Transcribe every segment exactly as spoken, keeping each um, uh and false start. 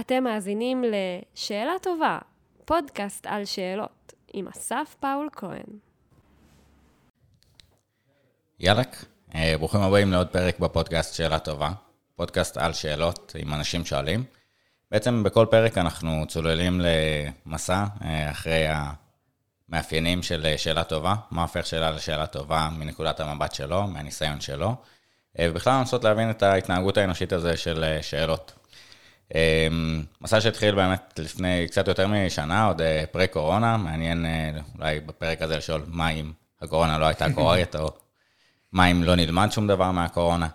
אתם מאזינים לשאלה טובה, פודקאסט על שאלות, עם אסף פאול כהן. יאלק, ברוכים הבאים לעוד פרק בפודקאסט שאלה טובה, פודקאסט על שאלות עם אנשים שואלים. בעצם בכל פרק אנחנו צוללים למסע אחרי המאפיינים של שאלה טובה, מה הופך שאלה לשאלה טובה מנקודת המבט שלו, מהניסיון שלו, ובכלל לנסות להבין את ההתנהגות האנושית הזה של שאלות. מסע שהתחיל באמת לפני קצת יותר משנה, עוד פרה-קורונה, מעניין אולי בפרק הזה לשאול מה אם הקורונה לא הייתה קורית, או מה אם לא נלמד שום דבר מהקורונה.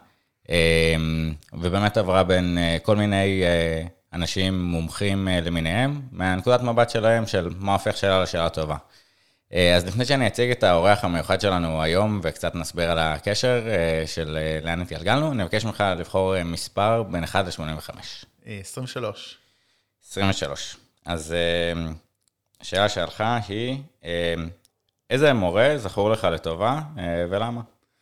ובאמת עברה בין כל מיני אנשים מומחים למיניהם, מהנקודת מבט שלהם של מה הופך שאלה לשאלה טובה. אז לפני שאני אציג את האורח המיוחד שלנו היום, וקצת נסביר על הקשר של לאן התגלגלנו, אני מבקש ממך לבחור מספר בין אחד ל-שמונים וחמש. עשרים ושלוש. עשרים ושלוש. אז השאלה שלך היא, איזה מורה זכור לך לטובה ולמה?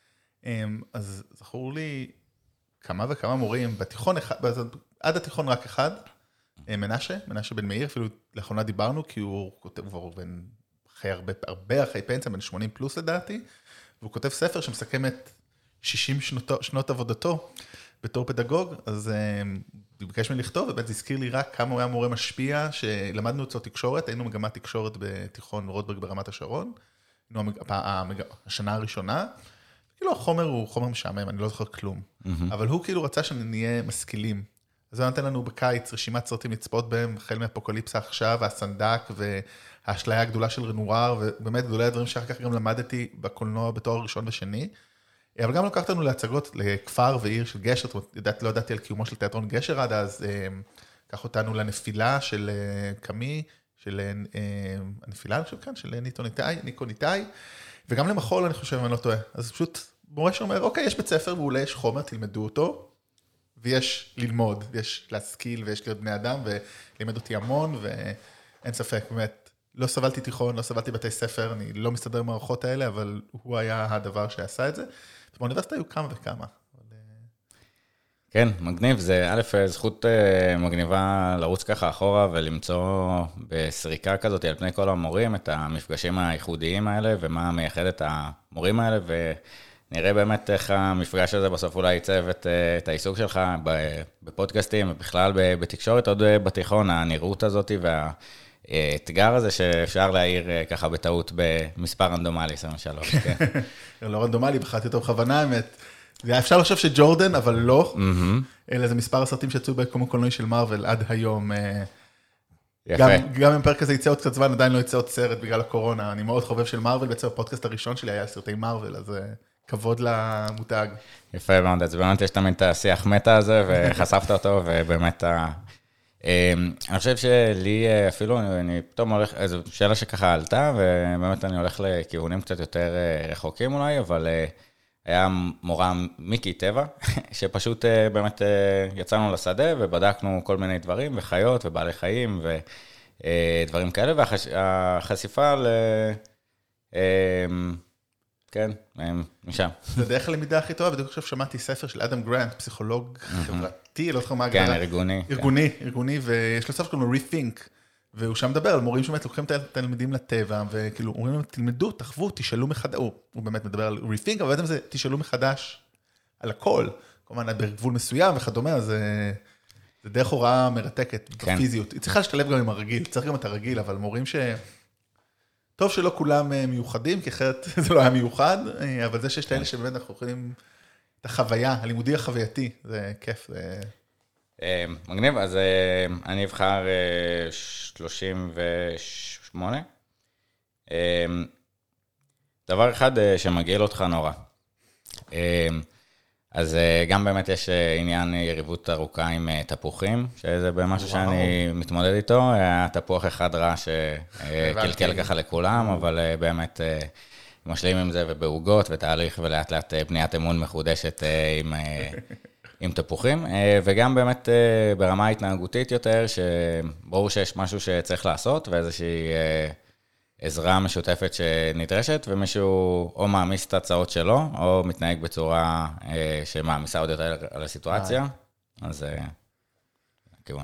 אז זכור לי כמה וכמה מורים, בתיכון אחד, עד התיכון רק אחד, מנשה, מנשה בן מאיר, אפילו לאחרונה דיברנו, כי הוא כותב כבר בן אחרי הרבה, הרבה אחרי פנסיה, בן שמונים פלוס לדעתי, והוא כותב ספר שמסכם את שישים שנות, שנות עבודתו בתור פדגוג, אז הוא ביקש ממני לכתוב, ובאמת זה הזכיר לי רק כמה הוא היה מורה משפיע, שלמדנו אצלו תקשורת, היינו מגמת תקשורת בתיכון רוטברג ברמת השרון, היינו השנה הראשונה, כאילו החומר הוא חומר משעמם, אני לא זוכר כלום, אבל הוא כאילו רצה שנהיה משכילים, אז הוא נתן לנו בקיץ רשימת סרטים לצפות בהם, החל מאפוקליפסה עכשיו, הסנדק והאשליה הגדולה של רנואר, ובאמת גדולי הדברים שאחר כך גם למדתי בקולנוע בתואר ראשון ושני, אבל גם לקחת לנו להצגות לכפר ועיר של גשר, לא ידעתי על קיומו של תיאטרון גשר עד אז, קח אותנו לנפילה של קמי, של הנפילה, אני חושב כאן, של ניקו ניטאי, וגם למחול אני חושב, אני לא טועה. אז פשוט מורה שאומר, אוקיי, יש בית ספר ואולי יש חומר, תלמדו אותו, ויש ללמוד, ויש להשכיל, ויש להיות בני אדם, ולימד אותי המון, ואין ספק, באמת, לא סבלתי תיכון, לא סבלתי בתי ספר, אני לא מסתדר עם המערכות האלה, אבל הוא היה הדבר שעשה את זה. באוניברסיטה היו כמה וכמה. כן, מגניב, זה א', זכות מגניבה לרוץ ככה אחורה, ולמצוא בסריקה כזאת על פני כל המורים, את המפגשים הייחודיים האלה, ומה מייחד את המורים האלה, ונראה באמת איך המפגש הזה בסוף אולי ייצב את, את העיסוק שלך בפודקאסטים, ובכלל בתקשורת, עוד בתיכון, הנראות הזאת וה... אתגר הזה שאפשר להעיר ככה בטעות במספר רנדומלי, עשרים ושלוש, כן. לא רנדומלי, בחרתי אותו בכוונה, האמת. זה היה אפשר לחשוב שג'ורדן, אבל לא. אלה זה מספר הסרטים שיצאו בקום הקולנועי של מארוול עד היום. יפה. גם אם פרק הזה יצא עוד קצת זמן, עדיין לא יצא עוד סרט בגלל הקורונה. אני מאוד חובב של מארוול, בעצם הפודקאסט הראשון שלי היה סרטי מארוול, אז כבוד למותג. יפה מאוד, אז באמת יש תמיד את השיח מטה הזה, וחשפת אותו, ובאמת אני חושב שלי אפילו, אני פתאום הולך, איזו שאלה שככה עלתה, ובאמת אני הולך לכיוונים קצת יותר רחוקים אולי, אבל היה מורה מיקי טבע, שפשוט באמת יצאנו לשדה, ובדקנו כל מיני דברים, וחיות, ובעלי חיים, ודברים כאלה, והחשיפה ל... כן, משם. זה דרך הלמידה הכי טובה, בדיוק עכשיו שמעתי ספר של אדם גרנט, פסיכולוג חברתי, לא זוכר מה הגדרה. כן, ארגוני. ארגוני, ארגוני, ויש לו ספר שקוראים לו Rethink, והוא שם מדבר על מורים שבאמת לוקחים את התלמידים לטבע, וכאילו אומרים להם, תלמדו, תחוו, תשאלו מחדש, הוא באמת מדבר על Rethink, אבל בעצם זה תשאלו מחדש על הכל, כמובן, בגבול מסוים וכדומה, אז זה דרך הוראה מרתקת, בפיזיות. היא צריכה להשתלב גם עם הרגיל, צריך גם את הרגיל, אבל מורים ש... טוב שלא כולם מיוחדים, כי אחרת זה לא היה מיוחד, אבל זה שיש את האלה שבאמת אנחנו יכולים את החוויה, הלימודי החווייתי, זה כיף. מגניב, אז אני אבחר שלושים ושמונה. דבר אחד שמגעיל אותך נורא. אז גם באמת יש עניין יריבות ארוכה עם תפוחים, שזה במשהו שאני מתמודד איתו, היה תפוח אחד רע שקלקל ככה לכולם, אבל באמת משלים עם זה ובעוגות ותהליך ולאט לאט בניית אמון מחודשת עם, עם תפוחים, וגם באמת ברמה ההתנהגותית יותר, שברור שיש משהו שצריך לעשות ואיזושהי עזרה משותפת שנדרשת, ומישהו או מעמיס את ההצעות שלו, או מתנהג בצורה שמעמיסה עוד יותר על הסיטואציה, אז הכיוון הזה.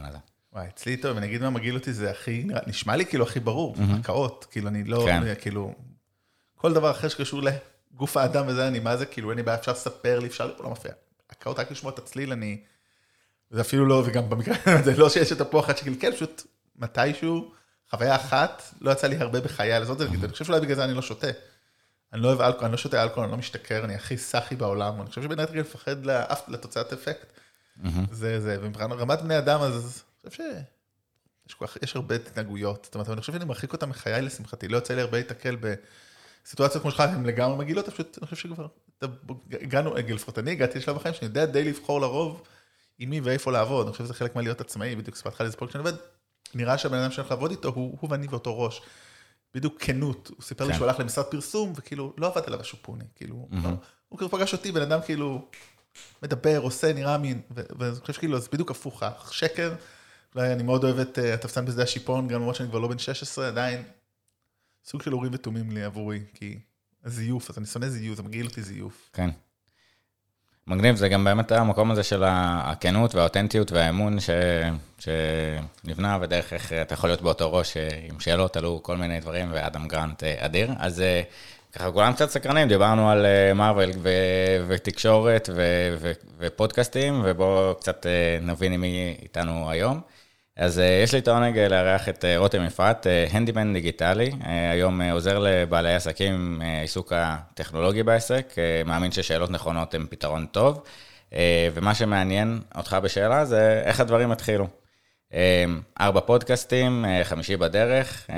וואי, אצלי טוב, אני אגיד מה מגעיל אותי, זה הכי, נשמע לי כאילו הכי ברור, הקאות, כאילו אני לא, כאילו, כל דבר אחר שקשור לגוף האדם וזה, אני מה זה, כאילו אין לי בעיה, אפשר לספר לי, אפשר, לא מפריע. הקאות רק לשמוע את הצליל, אני, זה אפילו לא, וגם במקרה, זה לא שיש את הפוחד שכאילו, כן, פשוט מתישהו, חוויה אחת, לא יצא לי הרבה בחיי לעשות את זה, אני חושב שאולי בגלל זה אני לא שותה. אני לא אוהב אלכוהול, אני לא שותה אלכוהול, אני לא משתכר, אני הכי סחי בעולם, אני חושב שבאמת רגע לפחד לתוצאת אפקט. זה, זה, ומרמת בני אדם, אז אני חושב שיש הרבה התנהגויות, זאת אומרת, אני חושב שאני מרחיק אותם מחיי לשמחתי, לא יוצא לי הרבה להתקל בסיטואציות כמו שלך, הם לגמרי מגילות, פשוט, אני חושב שכבר, הגענו, לפחות אני הגעתי לשלב החיים, שאני יודע די לבחור לרוב, עם מי ואיפה לעבוד, אני חושב שזה חלק מהלהיות עצמאי, בדיוק ספרתך לספורט כשאני עובד, נראה שהבן אדם שאני לעבוד איתו, הוא, הוא ואני ואותו ראש. בדיוק כנות, הוא סיפר לי שהוא הלך למשרד פרסום, וכאילו, לא עבד עליו השופוני, כאילו, הוא כאילו פגש אותי, בן אדם כאילו, מדבר, עושה, נראה אמין, ואני חושב שכאילו, זה בדיוק הפוך, שקר, אולי אני מאוד אוהב את התפסן בשדה השיפון, גם למרות שאני כבר לא בן שש עשרה, עדיין, סוג של הורים ותומים לי עבורי, כי זיוף, אז אני שונא זיוף, זה מגעיל אותי זיוף. כן. מגניב, זה גם באמת המקום הזה של הכנות והאותנטיות והאמון ש... שנבנה, ודרך איך אתה יכול להיות באותו ראש עם שאלות, עלו כל מיני דברים, ואדם גרנט אדיר. אז ככה, כולם קצת סקרנים, דיברנו על מארוול ו... ותקשורת ו... ו... ופודקאסטים, ובואו קצת נבין עם מי איתנו היום. אז יש לי תעונג לארח את רותם יפרט, הנדימן דיגיטלי, היום עוזר לבעלי עסקים עיסוק הטכנולוגי בעסק, מאמין ששאלות נכונות הן פתרון טוב, ומה שמעניין אותך בשאלה זה איך הדברים התחילו. ארבע פודקאסטים, חמישי בדרך,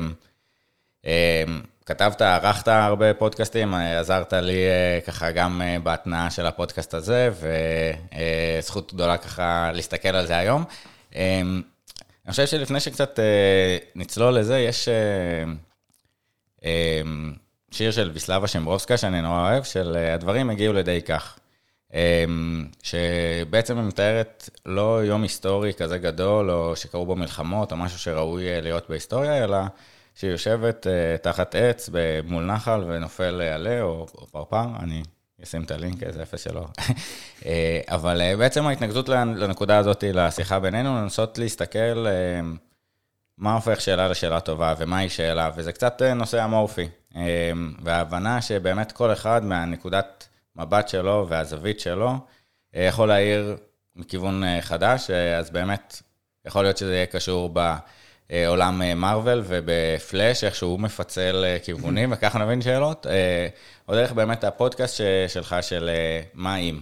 כתבת, ערכת הרבה פודקאסטים, עזרת לי ככה גם בהתנאה של הפודקאסט הזה, וזכות גדולה ככה להסתכל על זה היום. אני חושב שלפני שקצת נצלול לזה, יש שיר של ויסלבה שמברובסקה, שאני נורא אוהב, של הדברים הגיעו לידי כך. שבעצם היא מתארת לא יום היסטורי כזה גדול, או שקרו בו מלחמות, או משהו שראוי להיות בהיסטוריה, אלא שהיא יושבת תחת עץ מול נחל ונופל עלה, או פרפר, אני... ישים את הלינק, איזה אפס שלו. אבל בעצם ההתנגדות לנקודה הזאת, לשיחה בינינו, לנסות להסתכל מה הופך שאלה לשאלה טובה, ומה היא שאלה, וזה קצת נושא אמורפי. וההבנה שבאמת כל אחד מהנקודת מבט שלו והזווית שלו, יכול להעיר מכיוון חדש, אז באמת יכול להיות שזה יהיה קשור בעולם מארוול ובפלאש, איך שהוא מפצל כיוונים, וככה נבין שאלות. או דרך באמת הפודקאסט שלך של מה אם.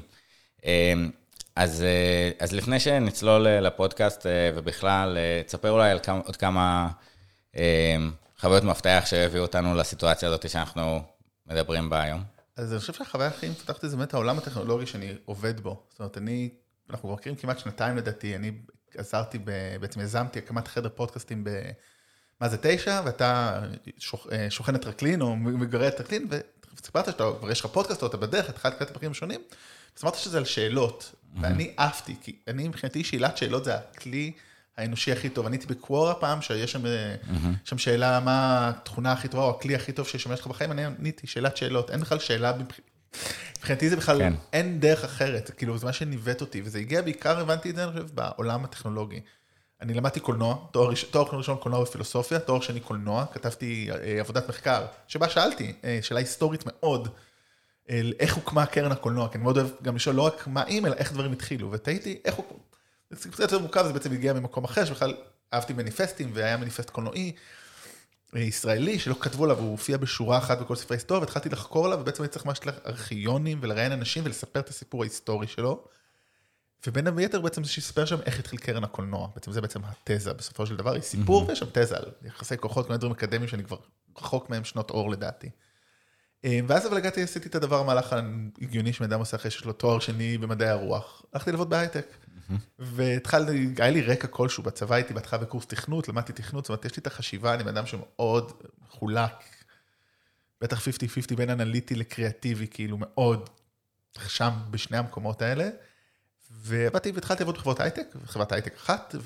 אז, אז לפני שנצלול לפודקאסט ובכלל, תספר אולי על כמה, עוד כמה חוויות מפתח שהביאו אותנו לסיטואציה הזאת שאנחנו מדברים בה היום. אז אני חושב שהחוויה הכי מפתחת זה באמת העולם הטכנולוגי שאני עובד בו. זאת אומרת, אני, אנחנו כבר מכירים כמעט שנתיים לדעתי, אני עזרתי, בעצם יזמתי הקמת חדר פודקאסטים ב... מה זה תשע, ואתה שוכן את טרקלין, או מגרה את טרקלין, וסיפרת שאתה, כבר יש לך פודקאסט, או אתה בדרך, התחלת לקראת הפרקים השונים, אז אמרת שזה על שאלות, ואני אהבתי, כי אני מבחינתי שאלת שאלות זה הכלי האנושי הכי טוב. אני הייתי בקוורה פעם, שיש שם, שם שאלה מה התכונה הכי טובה, או הכלי הכי טוב שישמש לך בחיים, אני עניתי שאלת שאלות, אין בכלל שאלה, מבחינתי זה בכלל, אין דרך אחרת, כאילו זה מה שניווט אותי, וזה הגיע בעיקר, הבנתי את זה, אני חושב, בעולם הטכנולוגי. אני למדתי קולנוע, תואר, תואר ראשון קולנוע ופילוסופיה, תואר שני קולנוע, כתבתי עבודת מחקר, שבה שאלתי, שאלה היסטורית מאוד, איך הוקמה קרן הקולנוע, כי אני מאוד אוהב גם לשאול לא רק מה אם, אלא איך דברים התחילו, ותהיתי איך הוא, זה קצת יותר מורכב, זה בעצם הגיע ממקום אחר, שבכלל אהבתי מניפסטים, והיה מניפסט קולנועי ישראלי, שלא כתבו עליו, הוא הופיע בשורה אחת בכל ספרי היסטוריה, והתחלתי לחקור עליו, ובעצם אני צריך משהו לארכיונים, ולראיין אנשים, ולספר את הסיפור ההיסטורי שלו. ובין היתר בעצם זה שיספר שם איך התחיל קרן הקולנוע, בעצם זה בעצם התזה, בסופו של דבר, היא סיפור, ויש שם תזה על יחסי כוחות, כל מיני דברים אקדמיים שאני כבר רחוק מהם שנות אור לדעתי. ואז אבל הגעתי, עשיתי את הדבר המהלך ההגיוני שמדם עושה אחרי שיש לו תואר שני במדעי הרוח, הלכתי לעבוד בהייטק, והתחלתי, היה לי רקע כלשהו בצבא, הייתי בהתחלה בקורס תכנות, למדתי תכנות, זאת אומרת, יש לי את החשיבה, אני בן אדם שמאוד חולק, בטח חמישים חמישים בין אנליטי לקריאטיבי, כאילו מאוד שם בשני המקומות האלה, ועבדתי והתחלתי לעבוד בחברת הייטק, חברת הייטק אחת,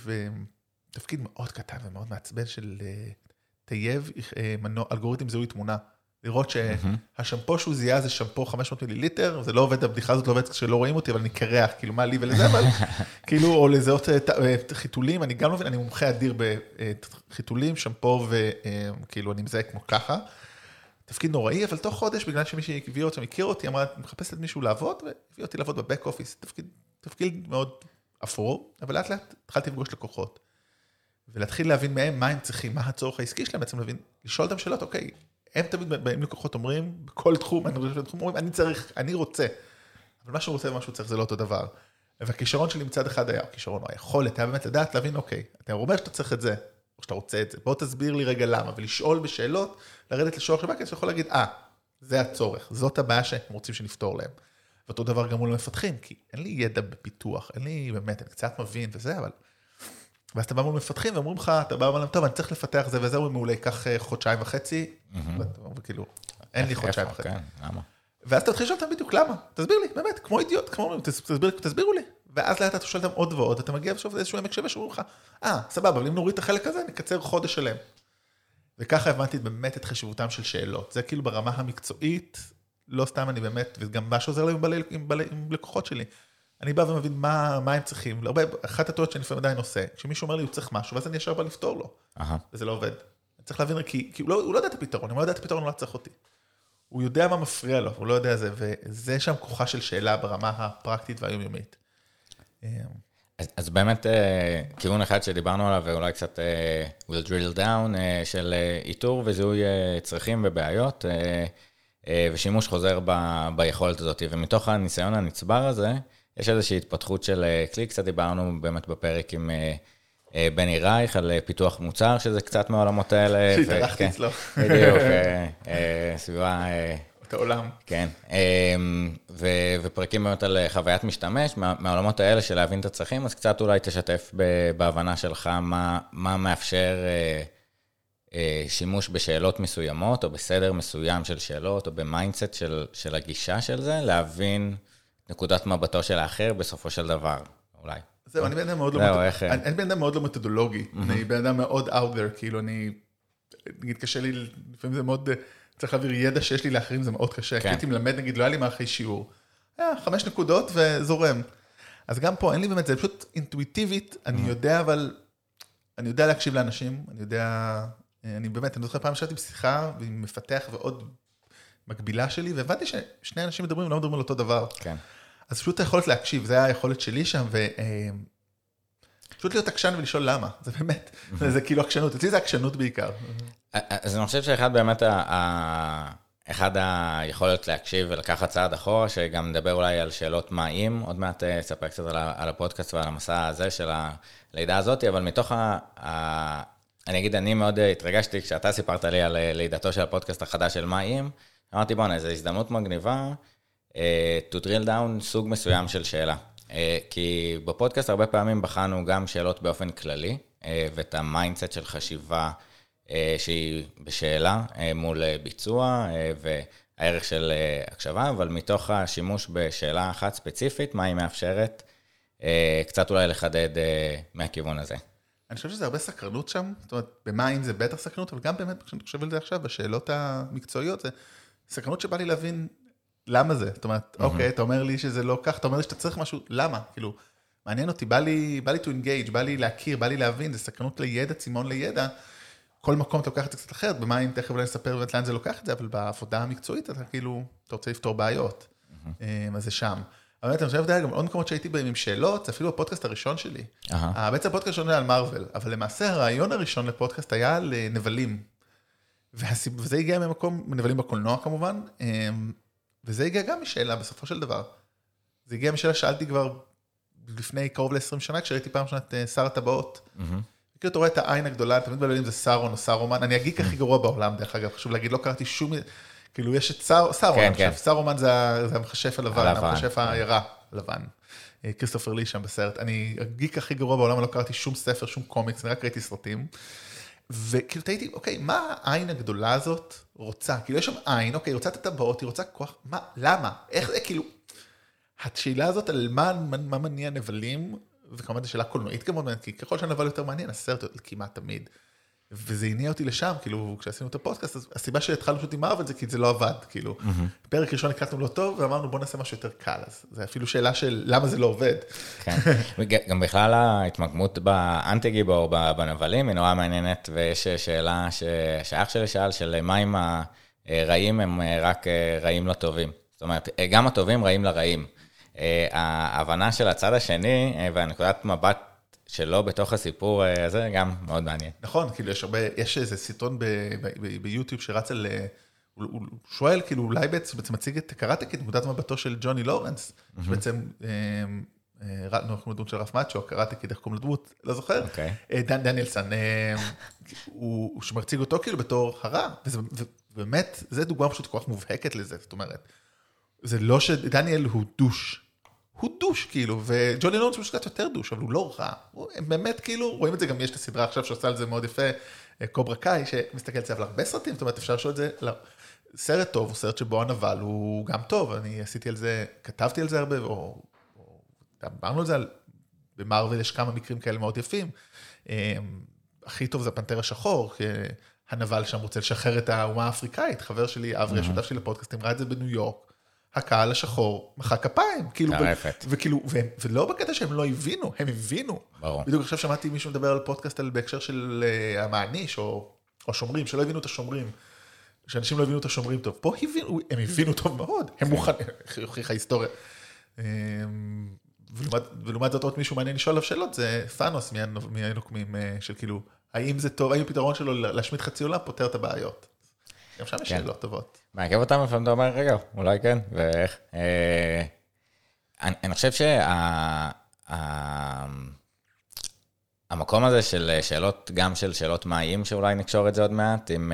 ותפקיד מאוד קטן ומאוד מעצבן של טייב אלגוריתם זיהוי תמונה. לראות שהשמפו שהוא זיהה זה שמפו חמש מאות מיליליטר, זה לא עובד, הבדיחה הזאת לא עובדת כשלא רואים אותי, אבל אני קרח, כאילו מה לי ולזה, אבל כאילו, או לזהות חיתולים, אני גם לא מבין, אני מומחה אדיר בחיתולים, שמפו וכאילו אני מזהה כמו ככה. תפקיד נוראי, אבל תוך חודש, בגלל שמישהי הביא אותי, מכיר אותי, אמרה, אני מחפשת מישהו לעבוד, והביא אותי לעבוד בבק אופיס, תפקיד, תפקיד מאוד אפור, אבל לאט לאט התחלתי לפגוש לקוחות, ולהתחיל להבין מהם מה הם צריכים, מה הצורך העסקי שלהם, בעצם להבין, לשאול אותם שאלות, אוקיי, הם תמיד באים לקוחות אומרים, בכל תחום, אומרים, אני צריך, אני רוצה, אבל מה שהוא רוצה ומה שהוא צריך זה לא אותו דבר. והכישרון שלי מצד אחד היה, הכישרון, היכולת, היה באמת לדעת, להבין, אוקיי, אתה אומר שאתה צריך את זה, או שאתה רוצה את זה, בוא תסביר לי רגע למה, ולשאול בשאלות, לרדת לשאול שבא, כי אתה יכול להגיד, אה, זה הצורך, זאת הבעיה שהם רוצים שנפתור להם. ואותו דבר גם מול המפתחים, כי אין לי ידע בפיתוח, אין לי באמת, אני קצת מבין וזה, אבל... ואז אתה בא מול מפתחים ואומרים לך, אתה בא ואומרים, טוב, אני צריך לפתח זה וזה, ומעולה, ייקח חודשיים וחצי, וכאילו, אין לי חודשיים וחצי. ואז אתה מתחיל לשאול אותם בדיוק, למה? תסביר לי, באמת, כמו אידיוט, כמו אומרים, תסבירו לי. ואז לאט אתה שואל אותם עוד ועוד, אתה מגיע ושוב לאיזשהו עמק שווה, שאומרים לך, אה, סבבה, אבל אם נוריד את החלק הזה, נקצר חודש שלם. וככה הבנתי באמת את חשיבותם של שאלות. זה כאילו ברמה המקצועית, לא סתם אני באמת, וגם מה שעוזר להם עם, עם, עם לקוחות שלי. אני בא ומבין מה, מה הם צריכים. הרבה, אחת הטעות שאני לפעמים עדיין עושה, כשמישהו אומר לי, הוא צריך משהו, ואז אני ישר בא לפתור לו. Aha. וזה לא עובד. אני צריך להבין, כי, כי הוא, לא, הוא לא יודע את הפתרון, אם הוא לא יודע את הפתרון, הוא לא צריך אותי. הוא יודע מה מפריע לו, הוא לא יודע זה, וזה שם כוחה של שאלה ברמה הפרקטית והיומיומית. אז, אז באמת, כיוון אחד שדיברנו עליו, ואולי קצת we'll drill down, של איתור וזיהוי צרכים ובעיות, ושימוש חוזר ב, ביכולת הזאת, ומתוך הניסיון הנצבר הזה, יש איזושהי התפתחות של כלי, קצת דיברנו באמת בפרק עם בני רייך, על פיתוח מוצר, שזה קצת מהעולמות האלה. שהתארחתי אצלו. בדיוק, סביבה... את העולם. כן, ופרקים באמת על חוויית משתמש, מהעולמות האלה של להבין את הצרכים, אז קצת אולי תשתף בהבנה שלך, מה מאפשר שימוש בשאלות מסוימות, או בסדר מסוים של שאלות, או במיינדסט של הגישה של זה, להבין נקודת מבטו של האחר בסופו של דבר, אולי. זהו, אני בן אדם מאוד לא מתודולוגי, אני בן אדם מאוד out there, כאילו אני, נגיד, קשה לי, לפעמים זה מאוד, צריך להעביר ידע שיש לי לאחרים, זה מאוד קשה, כי הייתי מלמד, נגיד, לא היה לי מערכי שיעור, היה חמש נקודות וזורם. אז גם פה, אין לי באמת, זה פשוט אינטואיטיבית, אני יודע, אבל, אני יודע להקשיב לאנשים, אני יודע, אני באמת, אני זוכר פעם שעתי בשיחה, ועם מפתח ועוד מקבילה שלי, והבנתי ששני אנשים מדברים, לא מדברים על אותו דבר. כן. אז פשוט היכולת להקשיב, זה היכולת שלי שם, ופשוט להיות עקשן ולשאול למה, זה באמת, זה כאילו עקשנות, אצלי זה עקשנות בעיקר. אז אני חושב שאחד באמת, אחד היכולת להקשיב ולקחת צעד אחורה, שגם נדבר אולי על שאלות מה אם, עוד מעט אספר קצת על הפודקאסט ועל המסע הזה של הלידה הזאת, אבל מתוך ה... אני אגיד, אני מאוד התרגשתי כשאתה סיפרת לי על לידתו של הפודקאסט החדש של מה אם, אמרתי בוא, איזו הזדמנות מגניבה, to drill down סוג מסוים של שאלה. כי בפודקאסט הרבה פעמים בחנו גם שאלות באופן כללי, ואת המיינדסט של חשיבה שהיא בשאלה מול ביצוע, והערך של הקשבה, אבל מתוך השימוש בשאלה אחת ספציפית, מה היא מאפשרת, קצת אולי לחדד מהכיוון הזה. אני חושב שזה הרבה סקרנות שם, זאת אומרת, במים זה בטח סקרנות, אבל גם באמת, כשאני חושב על זה עכשיו, בשאלות המקצועיות, זה סקרנות שבא לי להבין למה זה. זאת אומרת, אוקיי, אתה אומר לי שזה לא כך, אתה אומר לי שאתה צריך משהו, למה? כאילו, מעניין אותי, בא לי, בא לי to engage, בא לי להכיר, בא לי להבין, זה סקרנות לידע, צימון לידע. כל מקום אתה לוקח את זה קצת אחרת, במים תכף אולי נספר באמת לאן זה לוקח את זה, אבל בעבודה המקצועית אתה כאילו, אתה רוצה לפתור בעיות. אז זה שם. אבל אני חושב, גם עוד מקומות שהייתי בהם עם שאלות, זה אפילו הפודקאסט הראשון שלי. בעצם הפודקאסט הראשון היה על מרוול, אבל למעשה הרעיון הראשון לפודקאסט היה על נבלים. וזה הגיע ממקום, נבלים בקולנוע כמובן, וזה הגיע גם משאלה בסופו של דבר. זה הגיע משאלה, שאלתי כבר לפני קרוב ל-עשרים שנה, כשראיתי פעם שנת שר הטבעות. כאילו אתה רואה את העין הגדולה, תמיד בלולים זה סארון או סארומן, אני הגיק הכי גרוע בעולם, דרך אגב, חשוב להגיד, לא קראתי שום, כאילו יש את סארומן, סארומן זה המכשף הלבן, המכשף הירה לבן, כריסטופר לי שם בסרט, אני הגיק הכי גרוע בעולם, לא קראתי שום ספר, שום קומיקס, אני רק ראיתי סרטים, וכאילו תהיתי, אוקיי, מה העין הגדולה הזאת רוצה? כאילו יש שם עין, אוקיי, רוצה את הטבעות, היא רוצה כוח, מה, למה? איך זה, כאילו, השאלה הזאת על מה, מה מניע נבלים, וכמובן זו שאלה קולנועית גם מאוד מעניינת, כי ככל שהנבל יותר מעניין, הסרט כמעט תמיד. וזה הניע אותי לשם, כאילו, כשעשינו את הפודקאסט, אז הסיבה שהתחלנו פשוט עם מארוול זה כי זה לא עבד, כאילו. פרק ראשון הקלטנו לא טוב, ואמרנו בוא נעשה משהו יותר קל, אז זה אפילו שאלה של למה זה לא עובד. כן, גם בכלל ההתמקמות באנטי-גיבור, בנבלים, היא נורא מעניינת, ויש שאלה שאח שלי שאל, של מה אם הרעים הם רק רעים לא טובים. זאת אומרת, גם הטובים רעים לרעים. ההבנה של הצד השני, והנקודת מבט שלא בתוך הסיפור הזה, גם מאוד מעניין. נכון, כאילו יש הרבה, יש איזה סרטון ביוטיוב שרץ על, הוא שואל, כאילו אולי בעצם מציג את קראטה כנקודת מבטו של ג'וני לורנס, שבעצם, אנחנו מדברים של רף מאצ'ו, קראטה כדרך קום לדמות, לא זוכר? דן דניאלסון, הוא שמציג אותו כאילו בתור הרע, ובאמת, זו דוגמה פשוט כל כך מובהקת לזה, זאת אומרת, זה לא שדניאל הוא דוש, הוא דוש כאילו, וג'וני לורנס הוא שקצת יותר דוש, אבל הוא לא רע. הם באמת כאילו, רואים את זה, גם יש את הסדרה עכשיו שעושה על זה מאוד יפה, קוברה קאי, שמסתכל על זה על הרבה סרטים, זאת אומרת, אפשר לשאול את זה, סרט טוב, הוא סרט שבו הנבל הוא גם טוב, אני עשיתי על זה, כתבתי על זה הרבה, או אמרנו על זה, במרוול יש כמה מקרים כאלה מאוד יפים. הכי טוב זה הפנתר השחור, הנבל שם רוצה לשחרר את האומה האפריקאית, חבר שלי, אברי, השותף שלי לפודקאסט, אמרה את זה בניו יורק, הקהל השחור, מחא כפיים, כאילו, וכאילו, ולא בקטע שהם לא הבינו, הם הבינו. בדיוק עכשיו שמעתי מישהו מדבר על פודקאסט על בהקשר של המעניש, או שומרים, שלא הבינו את השומרים, שאנשים לא הבינו את השומרים טוב. פה הבינו, הם הבינו טוב מאוד, הם מוכנים, הוכיחה היסטוריה. ולעומת זאת עוד מישהו מעניין לשאול עליו שאלות, זה פאנוס מהנוקמים של כאילו, האם זה טוב, האם הפתרון שלו להשמיד חצי עולם פותר את הבעיות. גם שם יש שאלות טובות. מעכב אותם, לפעמים אתה אומר, רגע, אולי כן, ואיך? אני חושב שהמקום הזה של שאלות, גם של שאלות מהים, שאולי נקשור את זה עוד מעט, עם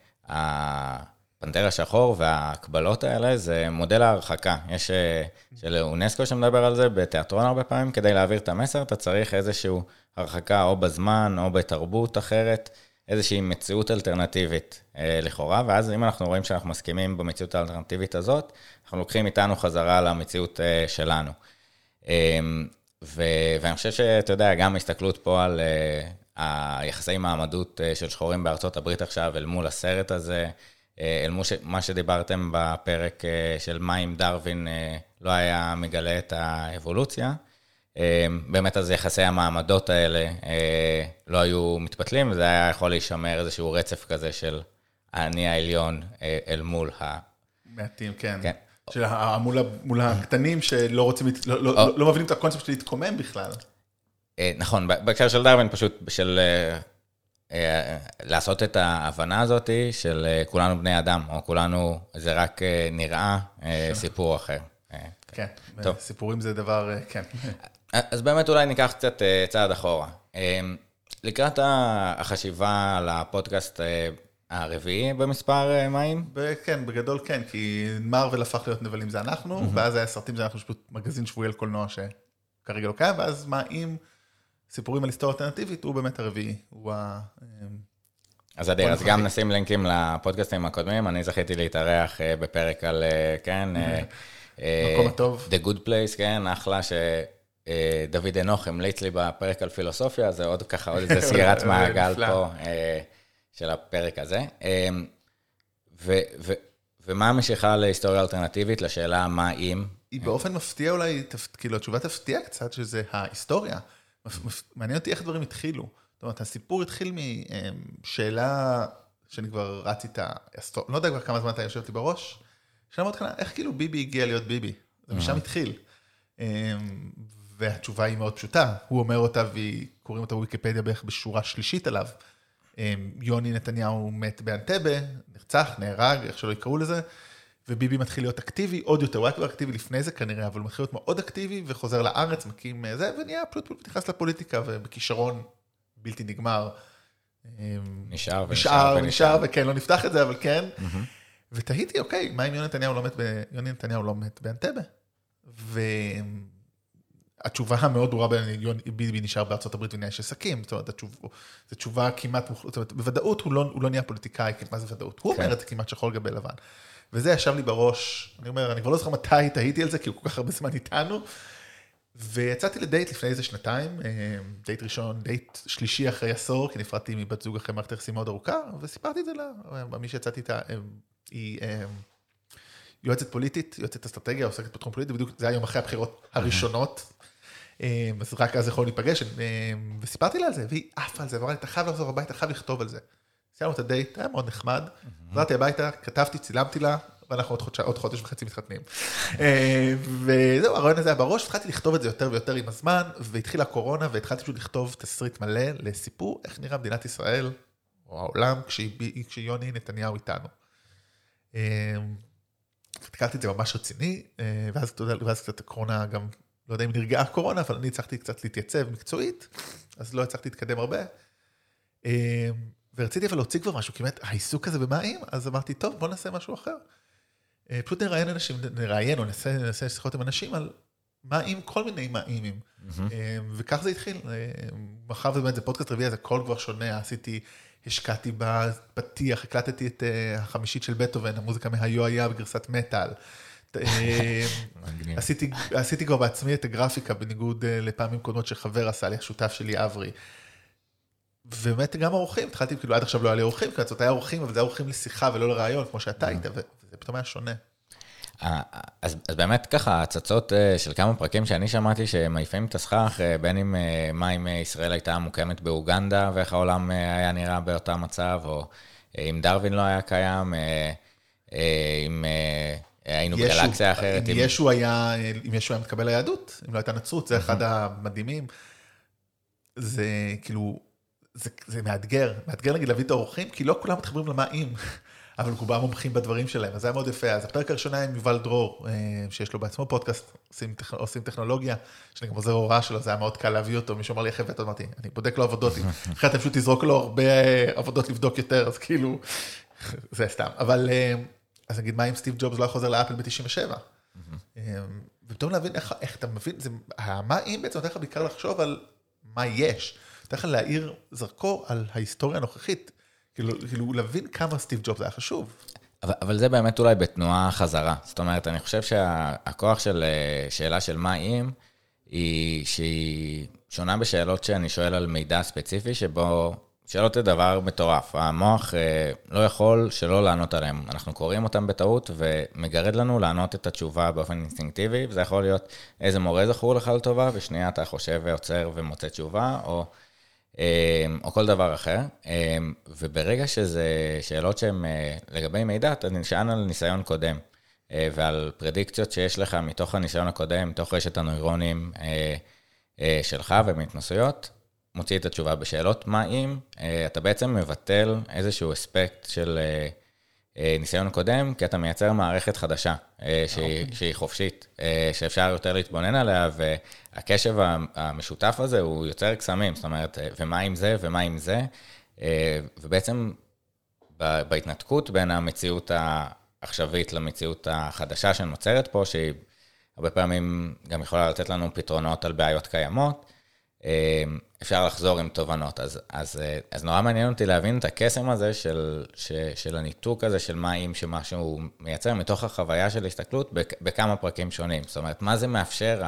הפנתר השחור והקבלות האלה, זה מודל ההרחקה. יש של אונסקו שמדבר על זה, בתיאטרון הרבה פעמים, כדי להעביר את המסר, אתה צריך איזשהו הרחקה או בזמן, או בתרבות אחרת, איזושהי מציאות אלטרנטיבית אה, לכאורה, ואז אם אנחנו רואים שאנחנו מסכימים במציאות האלטרנטיבית הזאת, אנחנו לוקחים איתנו חזרה למציאות אה, שלנו. אה, ו, ואני חושב שאתה יודע, גם הסתכלות פה על אה, היחסי מעמדות אה, של שחורים בארצות הברית עכשיו, אל מול הסרט הזה, אה, אל מול ש, מה שדיברתם בפרק אה, של מה אם דרווין אה, לא היה מגלה את האבולוציה, באמת אז יחסי המעמדות האלה לא היו מתפתלים, וזה היה יכול להישמר איזשהו רצף כזה של אני העליון אל מול ה... מעטים, כן. של מול הקטנים שלא רוצים, לא מבינים את הקונספט של להתקומם בכלל. נכון, בהקשר של דרווין פשוט של לעשות את ההבנה הזאת של כולנו בני אדם, או כולנו, זה רק נראה סיפור אחר. כן, סיפורים זה דבר, כן. אז באמת אולי ניקח קצת צעד אחורה. לקראת החשיבה על הפודקאסט הרביעי במספר מים? כן, בגדול כן, כי מארוול הפך להיות נבלים זה אנחנו, ואז היה סרטים זה אנחנו שפשוט מגזין שבועי על קולנוע שכרגע לא קיים, ואז מה אם סיפורים על היסטוריה אלטרנטיבית, הוא באמת הרביעי, הוא ה... אז אדיר, אז גם נשים לינקים לפודקאסטים הקודמים, אני זכיתי להתארח בפרק על, כן, מקום הטוב. The Good Place, כן, אחלה שדוד אנוך המליץ לי בפרק על פילוסופיה, זה עוד ככה, עוד איזה סגירת מעגל פה של הפרק הזה. ומה המשיכה להיסטוריה אלטרנטיבית, לשאלה מה אם? היא באופן מפתיע אולי, כאילו התשובה תפתיע קצת, שזה ההיסטוריה. מעניין אותי איך דברים התחילו. זאת אומרת, הסיפור התחיל משאלה שאני כבר רצתי את ה... לא יודע כבר כמה זמן אתה יושב אותי בראש. שאלה מאוד קטנה, איך כאילו ביבי הגיע להיות ביבי? זה משם התחיל. והתשובה היא מאוד פשוטה. הוא אומר אותה, וקוראים אותה בוויקיפדיה בערך בשורה שלישית עליו. יוני נתניהו מת באנטבה, נרצח, נהרג, איך שלא יקראו לזה, וביבי מתחיל להיות אקטיבי, עוד יותר, הוא היה כבר אקטיבי לפני זה כנראה, אבל הוא מתחיל להיות מאוד אקטיבי, וחוזר לארץ, מקים זה, ונהיה פשוט נכנס לפוליטיקה, ובכישרון בלתי נגמר. נשאר ונשאר ונשאר, וכן, לא נפתח את זה, אבל כן. ותהיתי, אוקיי, מה אם יוני נתניהו לא מת, יוני נתניהו לא מת באנטבה? והתשובה המאוד ברורה ביבי נשאר בארצות הברית ונהיה עסקים, זאת אומרת, זו תשובה כמעט, זאת אומרת, בוודאות הוא לא נהיה פוליטיקאי, מה זה ודאות? הוא אומר את זה כמעט שחור גבי לבן. וזה ישב לי בראש, אני אומר, אני כבר לא זוכר מתי תהיתי על זה, כי הוא כל כך הרבה זמן איתנו, ויצאתי לדייט לפני איזה שנתיים, דייט ראשון, דייט שלישי אחרי עשור, כי נפרדתי מבת זוג אחרי מערכת יחסים מאוד ארוכה, וסיפרתי את זה לה, מי שיצאתי איתה, היא יועצת פוליטית, יועצת אסטרטגיה, עוסקת בתחום פוליטי, בדיוק זה היה יום אחרי הבחירות הראשונות, אז רק אז יכולנו להיפגש, וסיפרתי לה על זה, והיא עפה על זה, ואמרה לי, אתה חייב לחזור הביתה, אתה חייב לכתוב על זה. סיימנו את הדייט, היה מאוד נחמד, חזרתי הביתה, כתבתי, צילמתי לה, ואנחנו עוד חודש, עוד חודש וחצי מתחתנים. וזהו, הרעיון הזה היה בראש, התחלתי לכתוב את זה יותר ויותר עם הזמן, והתחילה הקורונה, והתחלתי פשוט לכתוב תסריט מלא לסיפור, איך נראה מדינת ישראל, או העולם, כשיוני נתניהו איתנו. התקלתי את זה ממש רציני, ואז קצת הקורונה גם, לא יודע אם נרגעה הקורונה, אבל אני הצלחתי קצת להתייצב מקצועית, אז לא הצלחתי להתקדם הרבה. ורציתי אבל להוציא כבר משהו, כי באמת העיסוק הזה במים, אז אמרתי, טוב, בוא נעשה משהו אחר. פשוט נראיין אנשים, נראיין או נעשה, נעשה שיחות עם אנשים על מים, כל מיני מים. וכך זה התחיל. מחר ובאמת זה פודקאסט רביעי, אז הכל כבר שונה, עשיתי, השקעתי בפתיח, הקלטתי את החמישית של בטהובן, המוזיקה מהיו היה בגרסת מטל. עשיתי, עשיתי כבר בעצמי את הגרפיקה, בניגוד לפעמים קודמות שחבר עשה לי, השותף שלי אברי. ובאמת גם אורחים, התחלתי, כאילו עד עכשיו לא היה לי אורחים, כי זאת היה אורחים, אבל זה היה אורחים לשיחה ולא לרעיון, כמו שאתה היית, וזה פתאום היה שונה. אז, אז באמת ככה, הצצות של כמה פרקים שאני שמעתי, שמעיפים את הסכך, בין אם מה אם ישראל הייתה מוקמת באוגנדה, ואיך העולם היה נראה באותה מצב, או אם דרווין לא היה קיים, אם היינו בגלקסיה אחרת. אם ישו היה, אם ישו היה מתקבל ליהדות, אם לא הייתה נצרות, זה אחד המדהימים. זה כאילו... זה, זה מאתגר, מאתגר נגיד להביא את האורחים, כי לא כולם מתחברים למים, אבל כולם מומחים בדברים שלהם, אז זה היה מאוד יפה. אז הפרק הראשונה עם יובל דרור, שיש לו בעצמו פודקאסט, עושים, עושים טכנולוגיה, שאני גם עוזר הוראה שלו, זה היה מאוד קל להביא אותו, מישהו אמר לי, אחרי ואתה אמרתי, אני בודק לו עבודות, אחרי אתה פשוט תזרוק לו הרבה עבודות לבדוק יותר, אז כאילו, זה סתם. אבל, אז נגיד, מה אם סטיב ג'ובס לא חוזר לאפל ב-תשעים ושבע? ופתאום להבין איך, איך אתה מבין, זה, מה אם בעצם נותן לך בעיקר לחשוב על מה יש? נותן לך להעיר זרקור על ההיסטוריה הנוכחית, כאילו, כאילו להבין כמה סטיב ג'ובס היה חשוב. אבל, אבל זה באמת אולי בתנועה חזרה. זאת אומרת, אני חושב שהכוח של שאלה של מה אם, היא שהיא שונה בשאלות שאני שואל על מידע ספציפי, שבו שאלות זה דבר מטורף. המוח לא יכול שלא לענות עליהם. אנחנו קוראים אותם בטעות, ומגרד לנו לענות את התשובה באופן אינסטינקטיבי, וזה יכול להיות איזה מורה זכור לך לטובה, ושנייה אתה חושב ועוצר ומוצא תשובה, או... או כל דבר אחר, וברגע שזה שאלות שהן לגבי מידע, אתה נשען על ניסיון קודם, ועל פרדיקציות שיש לך מתוך הניסיון הקודם, מתוך רשת הנוירונים שלך ומהתנסויות, מוציא את התשובה בשאלות, מה אם אתה בעצם מבטל איזשהו אספקט של ניסיון קודם, כי אתה מייצר מערכת חדשה, שהיא, שהיא חופשית, שאפשר יותר להתבונן עליה, והקשב המשותף הזה הוא יוצר קסמים, זאת אומרת, ומה עם זה, ומה עם זה, ובעצם בהתנתקות בין המציאות העכשווית למציאות החדשה שנוצרת פה, שהיא הרבה פעמים גם יכולה לתת לנו פתרונות על בעיות קיימות, אפשר לחזור עם תובנות. אז, אז, אז נורא מעניין אותי להבין את הקסם הזה של, של הניתוק הזה, של מה אם שמשהו מייצר מתוך החוויה של הסתכלות בכמה פרקים שונים. זאת אומרת, מה זה מאפשר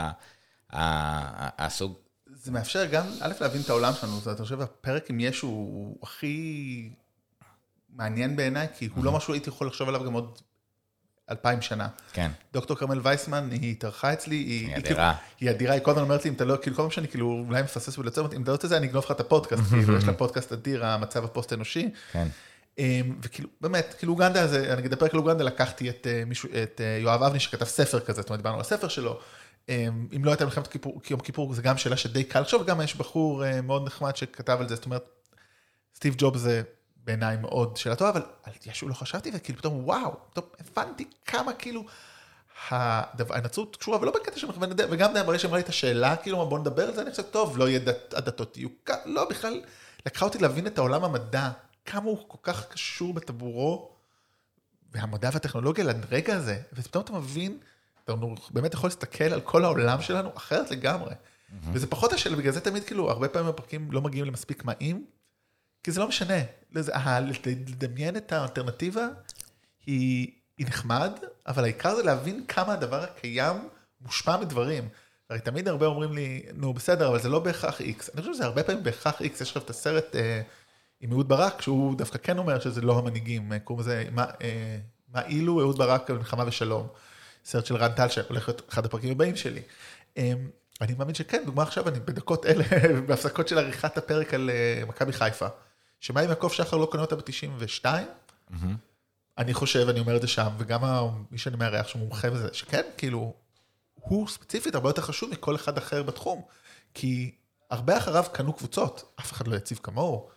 הסוג? זה מאפשר גם, א', להבין את העולם שלנו. זאת אומרת, אני חושב, הפרק עם ישו הוא הכי מעניין בעיניי, כי הוא לא משהו הייתי יכול לחשוב עליו גם עוד אלפיים שנה. כן. דוקטור קרמל וייסמן, היא התארחה אצלי, היא אדירה. היא אדירה, היא כל הזמן אומרת לי, אם אתה לא, כאילו כל פעם שאני כאילו אולי מפסס ולצור, אם אתה לא תזה, אני אגנוב לך את הפודקאסט, כאילו יש לה פודקאסט אדיר, המצב הפוסט אנושי. כן. וכאילו, באמת, כאילו אוגנדה הזה, אני אגיד הפרק על אוגנדה, לקחתי את מישהו, את יואב אבני, שכתב ספר כזה, זאת אומרת, דיברנו על הספר שלו, אם לא הייתה מלחמת יום כיפור, זה גם שאלה שדי קל לחשוב, וגם יש בחור מאוד נחמד שכתב על זה, זאת אומרת, סטיב ג'ובס זה בעיניי מאוד שאלה טובה, אבל על ישו לא חשבתי, וכאילו פתאום, וואו, פתאום הבנתי כמה כאילו, הנצרות קשורה, ולא בקטע שמכוון, וגם ברגע שאמרה לי את השאלה, כאילו, בוא נדבר על זה, אני חושב, טוב, לא יהיה הדתות יהיו, לא, בכלל, לקחה אותי להבין את העולם המדע, כמה הוא כל כך קשור בטבורו, והמדע והטכנולוגיה לרגע הזה, ופתאום אתה מבין, אתה באמת יכול להסתכל על כל העולם שלנו אחרת לגמרי, וזה פחות השאלה, בגלל זה תמיד כאילו, הרבה פעמים הפרקים לא מגיעים למספיק מים, כי זה לא משנה, לדמיין את האלטרנטיבה היא, היא נחמד, אבל העיקר זה להבין כמה הדבר הקיים מושפע מדברים. הרי תמיד הרבה אומרים לי, נו בסדר, אבל זה לא בהכרח איקס. אני חושב שזה הרבה פעמים בהכרח איקס, יש עכשיו את הסרט אה, עם אהוד ברק, שהוא דווקא כן אומר שזה לא המנהיגים, קוראים לזה, מה, אה, מה אילו אהוד ברק במלחמה ושלום, סרט של רן טל, שהולך להיות אחד הפרקים הבאים שלי. אה, אני מאמין שכן, דוגמה עכשיו, אני בדקות אלה, בהפסקות של עריכת הפרק על אה, מכבי חיפה, שמה אם יעקב שחר לא קונה אותה ב-תשעים ושתיים? Mm-hmm. אני חושב, אני אומר את זה שם, וגם מי שאני מארח שמומחה בזה, שכן, כאילו, הוא ספציפית הרבה יותר חשוב מכל אחד אחר בתחום, כי הרבה אחריו קנו קבוצות, אף אחד לא יציב כמוהו.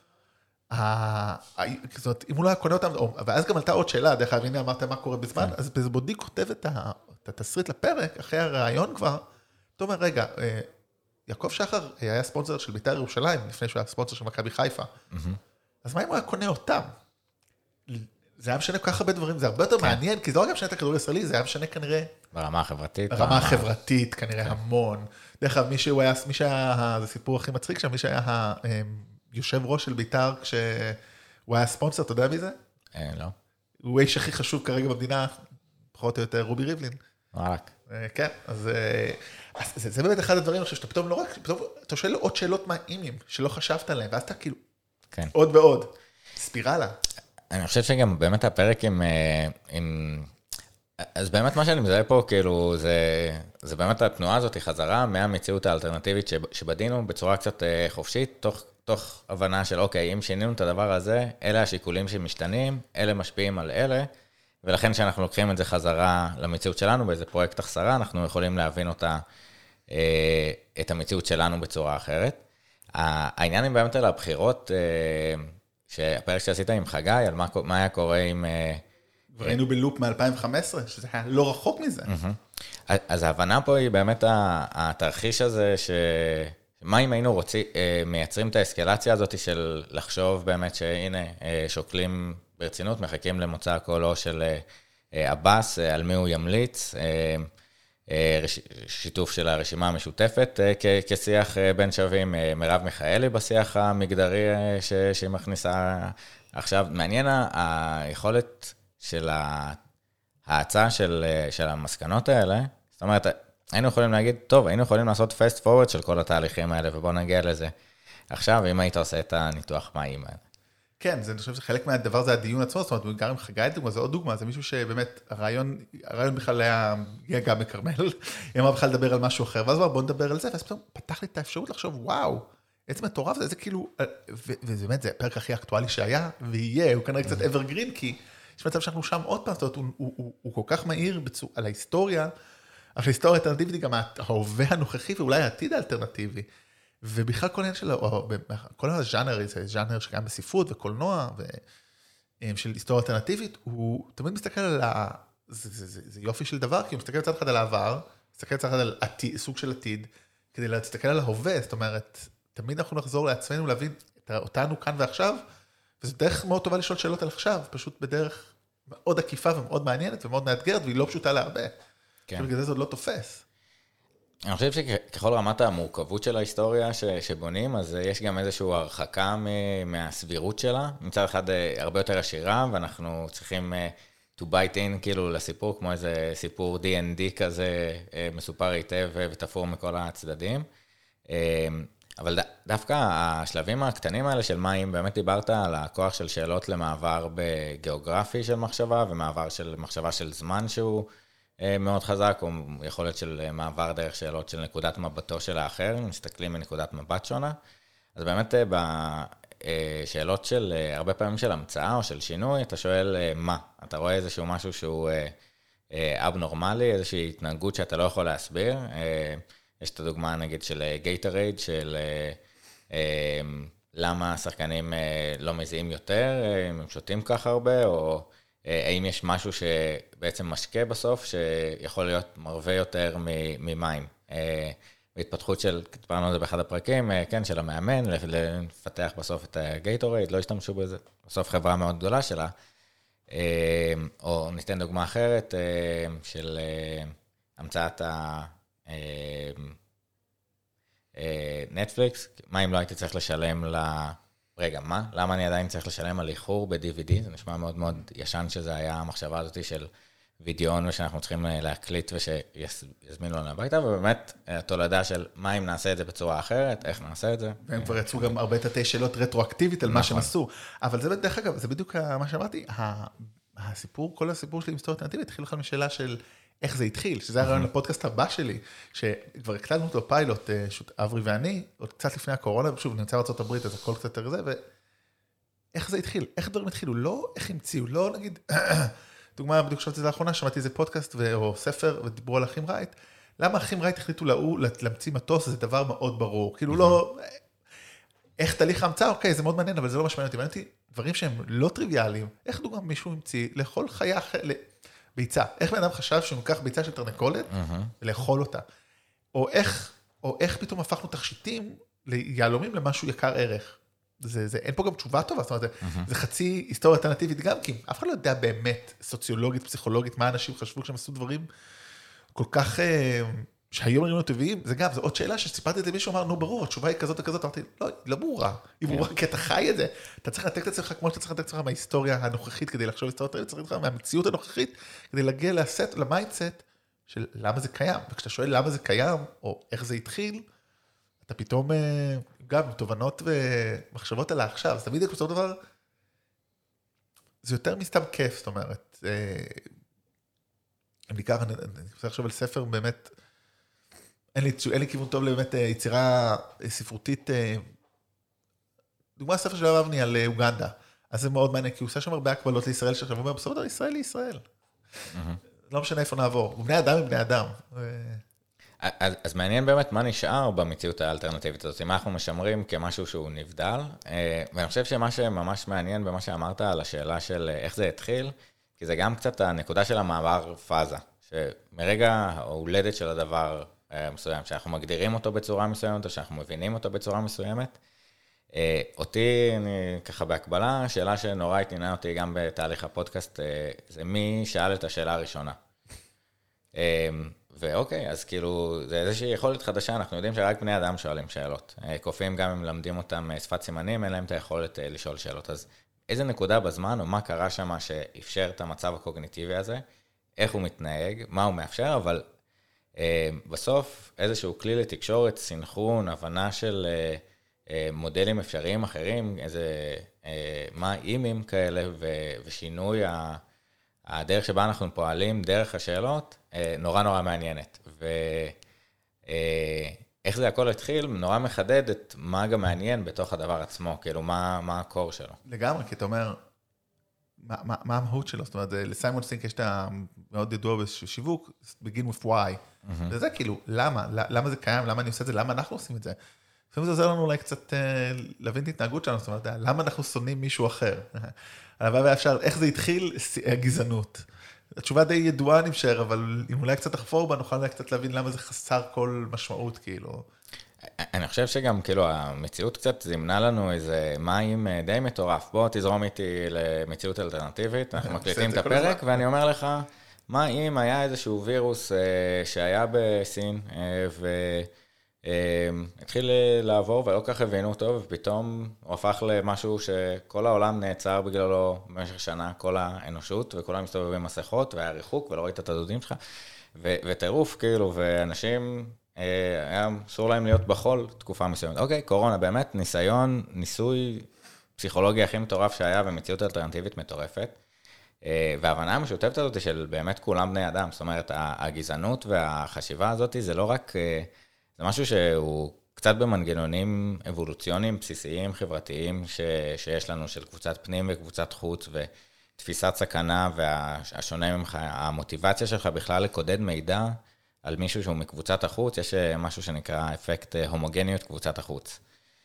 זאת אומרת, אם הוא לא היה קונה אותם, ואז גם עלתה עוד שאלה, דרך אגב, הנה אמרת מה קורה בזמן, אז בזבודי כותב את התסריט לפרק, אחרי הרעיון כבר, אתה אומר, רגע, יעקב שחר היה ספונסר של בית"ר ירושלים, לפני שהוא היה ספונסר של מכבי חיפה, אז מה אם הוא היה קונה אותם? זה היה משנה כל כך הרבה דברים, זה הרבה יותר מעניין, כי זה לא רק משנה את הכדורגל הישראלי, זה היה משנה כנראה... ברמה החברתית. ברמה החברתית, כנראה המון. דרך אגב, מי שהוא היה, מי שהיה, זה סיפור הכי מצחיק שם, מי שהיה היושב ראש של בית"ר, כשהוא היה ספונסר, אתה יודע מי זה? לא. הוא האיש הכי חשוב כרגע במדינה, פחות או יותר, רובי ריבלין. רק. כן, אז זה באמת אחד הדברים, אני חושב שאתה פתאום לא רק, פתאום אתה שואל עוד שאלות מהאימים, שלא חשבת עליהם, ואז אתה כאילו, עוד ועוד, ספירלה. אני חושב שגם באמת הפרק עם, עם... אז באמת מה שאני מזהה פה, כאילו, זה, זה באמת התנועה הזאת היא חזרה מהמציאות האלטרנטיבית שבדינו בצורה קצת חופשית, תוך, תוך הבנה של, אוקיי, אם שינינו את הדבר הזה, אלה השיקולים שמשתנים, אלה משפיעים על אלה, ולכן שאנחנו לוקחים את זה חזרה למציאות שלנו, באיזה פרויקט החסרה, אנחנו יכולים להבין אותה, את המציאות שלנו בצורה אחרת. העניין היא באמת על הבחירות, שהפרק שעשית עם חגי, על מה, מה היה קורה עם... וראינו בלופ מ-אלפיים וחמש עשרה, שזה היה לא רחוק מזה. אז ההבנה פה היא באמת התרחיש הזה, שמה אם היינו רוצים, מייצרים את האסקלציה הזאת של לחשוב באמת שהנה, שוקלים ברצינות, מחכים למוצא קולו של אבאס, על מי הוא ימליץ, שיתוף של הרשימה המשותפת כשיח בין שווים, מרב מיכאלי בשיח המגדרי שהיא מכניסה עכשיו. מעניין היכולת של ההצעה של, של המסקנות האלה, זאת אומרת, היינו יכולים להגיד, טוב, היינו יכולים לעשות fast forward של כל התהליכים האלה, ובואו נגיע לזה. עכשיו, אם היית עושה את הניתוח מים האלה. כן, זה, אני חושב שחלק מהדבר זה הדיון עצמו, זאת אומרת, גם עם חגי דוגמה, זה עוד דוגמה, זה מישהו שבאמת, הרעיון, הרעיון בכלל היה, היה גם מקרמל, היא אמרה בכלל לדבר על משהו אחר, ואז בוא נדבר על זה, ואז פתאום פתח לי את האפשרות לחשוב, וואו, עצם מטורף, זה, זה כאילו, וזה באמת, זה הפרק הכי אקטואלי שהיה, ויהיה, הוא כנראה קצת evergreen, כי יש מצב שאנחנו שם עוד פעם, זאת אומרת, הוא, הוא, הוא, הוא כל כך מהיר בצור, על ההיסטוריה, אבל ההיסטוריה האלטרנטיבית היא גם ההווה הנוכחי, ואולי העתיד האלטרנטיבי. ובכלל כל העניין של, כל הז'אנר, זה ז'אנר שקיים בספרות וקולנוע, של היסטוריה אלטרנטיבית, הוא תמיד מסתכל על ה... זה, זה, זה, זה יופי של דבר, כי הוא מסתכל צד אחד על העבר, מסתכל צד אחד על עתיד, סוג של עתיד, כדי להסתכל על ההווה, זאת אומרת, תמיד אנחנו נחזור לעצמנו, להבין אותנו כאן ועכשיו, וזו דרך מאוד טובה לשאול שאלות על עכשיו, פשוט בדרך מאוד עקיפה ומאוד מעניינת ומאוד מאתגרת, והיא לא פשוטה להרבה. כן. בגלל זה זה עוד לא תופס. אני חושב שככל רמת המורכבות של ההיסטוריה שבונים, אז יש גם איזושהי הרחקה מהסבירות שלה. מצד אחד הרבה יותר עשירה, ואנחנו צריכים to bite in כאילו לסיפור, כמו איזה סיפור די אנד די כזה, מסופר היטב ותפור מכל הצדדים. אבל דווקא השלבים הקטנים האלה של מים, באמת דיברת על הכוח של שאלות למעבר בגיאוגרפי של מחשבה, ומעבר של מחשבה של זמן שהוא מאוד חזק, או יכולת של מעבר דרך שאלות של נקודת מבטו של האחר, מסתכלים מנקודת מבט שונה. אז באמת בשאלות של, הרבה פעמים של המצאה או של שינוי, אתה שואל מה? אתה רואה איזשהו משהו שהוא אבנורמלי, איזושהי התנהגות שאתה לא יכול להסביר. יש את הדוגמה נגיד של גייטרייד, של למה השחקנים לא מזיעים יותר, אם הם שותים כך הרבה, או האם יש משהו שבעצם משקה בסוף, שיכול להיות מרווה יותר ממים. בהתפתחות של, דיברנו על זה באחד הפרקים, כן, של המאמן, לפתח בסוף את הגייטרייד, לא השתמשו בזה, בסוף חברה מאוד גדולה שלה. או ניתן דוגמה אחרת של המצאת ה... נטפליקס, מה אם לא הייתי צריך לשלם ל... רגע, מה? למה אני עדיין צריך לשלם על איחור ב-די וי די? זה נשמע מאוד מאוד ישן שזה היה המחשבה הזאת של וידאון ושאנחנו צריכים להקליט ושיזמינו לנו הביתה, ובאמת התולדה של מה אם נעשה את זה בצורה אחרת, איך נעשה את זה. והם כבר יצאו גם הרבה תתי שאלות רטרואקטיבית על מה שהם עשו. אבל זה דרך אגב, זה בדיוק מה שאמרתי, הסיפור, כל הסיפור שלי עם היסטוריה אלטרנטיבית, התחיל בכלל משאלה של איך זה התחיל, שזה הרעיון לפודקאסט הבא שלי, שכבר הקלטנו אותו פיילוט, אברי ואני, עוד קצת לפני הקורונה, שוב, נמצא בארצות הברית, אז הכל קצת יותר זה, ואיך זה התחיל? איך דברים התחילו? לא איך המציאו, לא נגיד, דוגמה, בדיוק חשבתי את זה לאחרונה, שמעתי איזה פודקאסט או ספר, ודיברו על אחים רייט, למה אחים רייט החליטו להמציא מטוס, זה דבר מאוד ברור, כאילו לא, איך תהליך ההמצאה, אוקיי, זה מאוד מעניין, אבל זה לא מה שמעניין אותי, מעניין אותי דברים שהם לא טריוויאליים, איך דוגמה מישהו המציא לאכול חיה ביצה, איך בן אדם חשב שהוא ניקח ביצה של תרנגולת ולאכול אותה, או איך, או איך פתאום הפכנו תכשיטים ליהלומים למשהו יקר ערך. זה, זה, אין פה גם תשובה טובה, זאת אומרת, זה חצי היסטוריה אלטרנטיבית גם, כי אף אחד לא יודע באמת, סוציולוגית, פסיכולוגית, מה אנשים חשבו כשהם עשו דברים כל כך, שהיום נראים טבעיים, זה גם, זו עוד שאלה שסיפרתי את זה, מישהו אמר, נו ברור, התשובה היא כזאת וכזאת, אמרתי, לא, היא לא ברורה, היא ברורה, כי אתה חי את זה, אתה צריך לתת את עצמך כמו שאתה צריך לתת את עצמך מההיסטוריה הנוכחית, כדי לחשוב היסטוריה אלטרנטיבית, צריך לתת לך מהמציאות הנוכחית, כדי להגיע לסט, למיינדסט של למה זה קיים, וכשאתה שואל למה זה קיים, או איך זה התחיל, אתה פתאום גם תובנות ומחשבות על העכשיו, אז תמיד בסופו של דבר, זה יותר מסתם כיף, זאת אומרת, אני בעיקר, אני רוצה לחשוב על ספר באמת, אין לי, אין לי כיוון טוב לבאמת יצירה ספרותית, דוגמה ספר של הרב אבני על אוגנדה, אז זה מאוד מעניין, כי הוא עושה שם הרבה הקבלות לישראל, שעכשיו הוא אומר, בסופו של דבר, ישראל היא ישראל. לא משנה איפה נעבור, בני אדם הם בני אדם. אז, אז מעניין באמת מה נשאר במציאות האלטרנטיבית הזאת, מה אנחנו משמרים כמשהו שהוא נבדל, ואני חושב שמה שממש מעניין במה שאמרת על השאלה של איך זה התחיל, כי זה גם קצת הנקודה של המעבר פאזה, שמרגע ההולדת של הדבר מסוים, שאנחנו מגדירים אותו בצורה מסוימת, או שאנחנו מבינים אותו בצורה מסוימת, אותי, אני ככה בהקבלה, השאלה שנורא התעניינה אותי גם בתהליך הפודקאסט, זה מי שאל את השאלה הראשונה. ואוקיי, אז כאילו, זה איזושהי יכולת חדשה, אנחנו יודעים שרק בני אדם שואלים שאלות. קופים גם אם למדים אותם שפת סימנים, אין להם את היכולת לשאול שאלות. אז איזה נקודה בזמן, או מה קרה שם שאפשר את המצב הקוגניטיבי הזה, איך הוא מתנהג, מה הוא מאפשר, אבל אה, בסוף איזשהו כלי לתקשורת, סינכרון, הבנה של אה, אה, מודלים אפשריים אחרים, איזה, אה, מה אימים כאלה, ו, ושינוי ה... הדרך שבה אנחנו פועלים, דרך השאלות, נורא נורא מעניינת. ואיך זה הכל התחיל, נורא מחדד את מה גם מעניין בתוך הדבר עצמו, כאילו מה, מה הקור שלו. לגמרי, כי אתה אומר, מה, מה, מה המהות שלו? זאת אומרת, לסיימון סינק יש את המאוד ידוע בשיווק, begin with why. Mm-hmm. וזה כאילו, למה? למה זה קיים? למה אני עושה את זה? למה אנחנו עושים את זה? לפעמים זה עוזר לנו אולי קצת להבין את ההתנהגות שלנו, זאת אומרת, למה אנחנו שונאים מישהו אחר? אבל אפשר, איך זה התחיל? הגזענות. התשובה די ידועה נמשאר, אבל אם אולי קצת תחפור בה, נוכל אולי קצת להבין למה זה חסר כל משמעות, כאילו. אני חושב שגם, כאילו, המציאות קצת זימנה לנו איזה מים די מטורף. בוא תזרום איתי למציאות אלטרנטיבית, אנחנו מקליטים את הפרק, ואני אומר לך, מה אם היה איזשהו וירוס שהיה בסין, ו... התחיל לעבור ולא כך הבינו אותו, ופתאום הוא הפך למשהו שכל העולם נעצר בגללו במשך שנה, כל האנושות, וכולם מסתובבים מסכות, והיה ריחוק, ולא ראית את הדודים שלך, וטירוף כאילו, ואנשים, היה אסור להם להיות בחול תקופה מסוימת. אוקיי, קורונה, באמת ניסיון, ניסוי פסיכולוגי הכי מטורף שהיה, ומציאות אלטרנטיבית מטורפת, וההבנה המשותפת הזאת של באמת כולם בני אדם, זאת אומרת, הגזענות והחשיבה הזאת זה לא רק... זה משהו שהוא קצת במנגנונים אבולוציוניים, בסיסיים, חברתיים, ש, שיש לנו של קבוצת פנים וקבוצת חוץ, ותפיסת סכנה, והשונה ממך, המוטיבציה שלך בכלל לקודד מידע על מישהו שהוא מקבוצת החוץ, יש משהו שנקרא אפקט הומוגניות קבוצת החוץ.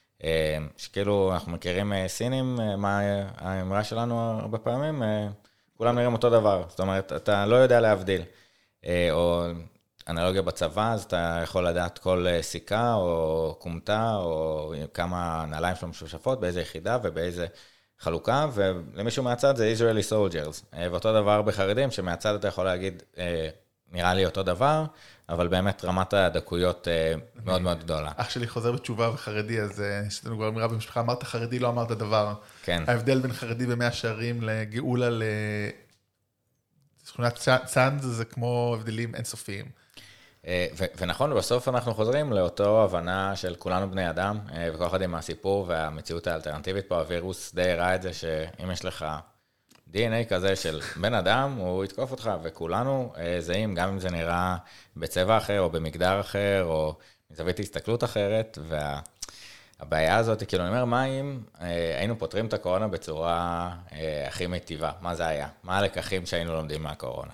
שכאילו אנחנו מכירים סינים, מה האמרה שלנו הרבה פעמים, כולם נראים אותו דבר, זאת אומרת, אתה לא יודע להבדיל, או... אנלוגיה בצבא, אז אתה יכול לדעת כל סיכה או קומטה, או כמה נעליים שלו משושפות, באיזה יחידה ובאיזה חלוקה, ולמישהו מהצד זה Israeli soldiers. ואותו דבר בחרדים, שמהצד אתה יכול להגיד, נראה לי אותו דבר, אבל באמת רמת הדקויות מאוד מאוד גדולה. אח שלי חוזר בתשובה וחרדי, אז שתנו כבר אמירה במשפחה, אמרת חרדי, לא אמרת דבר. כן. ההבדל בין חרדי במאה שערים לגאולה ל... שכונת צאנז זה כמו הבדלים אינסופיים. ונכון, בסוף אנחנו חוזרים לאותו הבנה של כולנו בני אדם, וכל אחד עם הסיפור והמציאות האלטרנטיבית פה, הווירוס די הראה את זה שאם יש לך די אן איי כזה של בן אדם, הוא יתקוף אותך, וכולנו זהים, גם אם זה נראה בצבע אחר, או במגדר אחר, או מזווית הסתכלות אחרת, והבעיה הזאת, כאילו אני אומר, מה אם היינו פותרים את הקורונה בצורה הכי מיטיבה? מה זה היה? מה הלקחים שהיינו לומדים מהקורונה?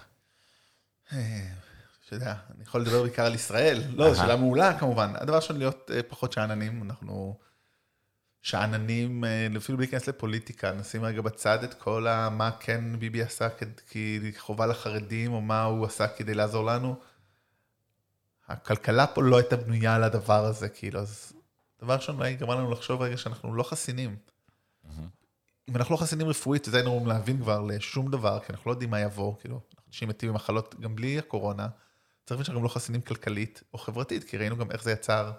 שאתה, אני יכול לדבר בעיקר על ישראל, לא, זו שאלה מעולה כמובן. הדבר שלנו להיות פחות שעננים, אנחנו שעננים, אפילו בלי להיכנס לפוליטיקה, נשים רגע בצד את כל מה כן ביבי עשה כחובה לחרדים, או מה הוא עשה כדי לעזור לנו. הכלכלה פה לא הייתה בנויה על הדבר הזה, כאילו, אז דבר שלנו אולי גמר לנו לחשוב רגע שאנחנו לא חסינים. אם אנחנו לא חסינים רפואית, זה היינו להבין כבר לשום דבר, כי אנחנו לא יודעים מה יבוא, כאילו, אנשים מתים במחלות גם בלי הקורונה, צריך להבין שאנחנו לא חסינים כלכלית או חברתית, כי ראינו גם איך זה יצר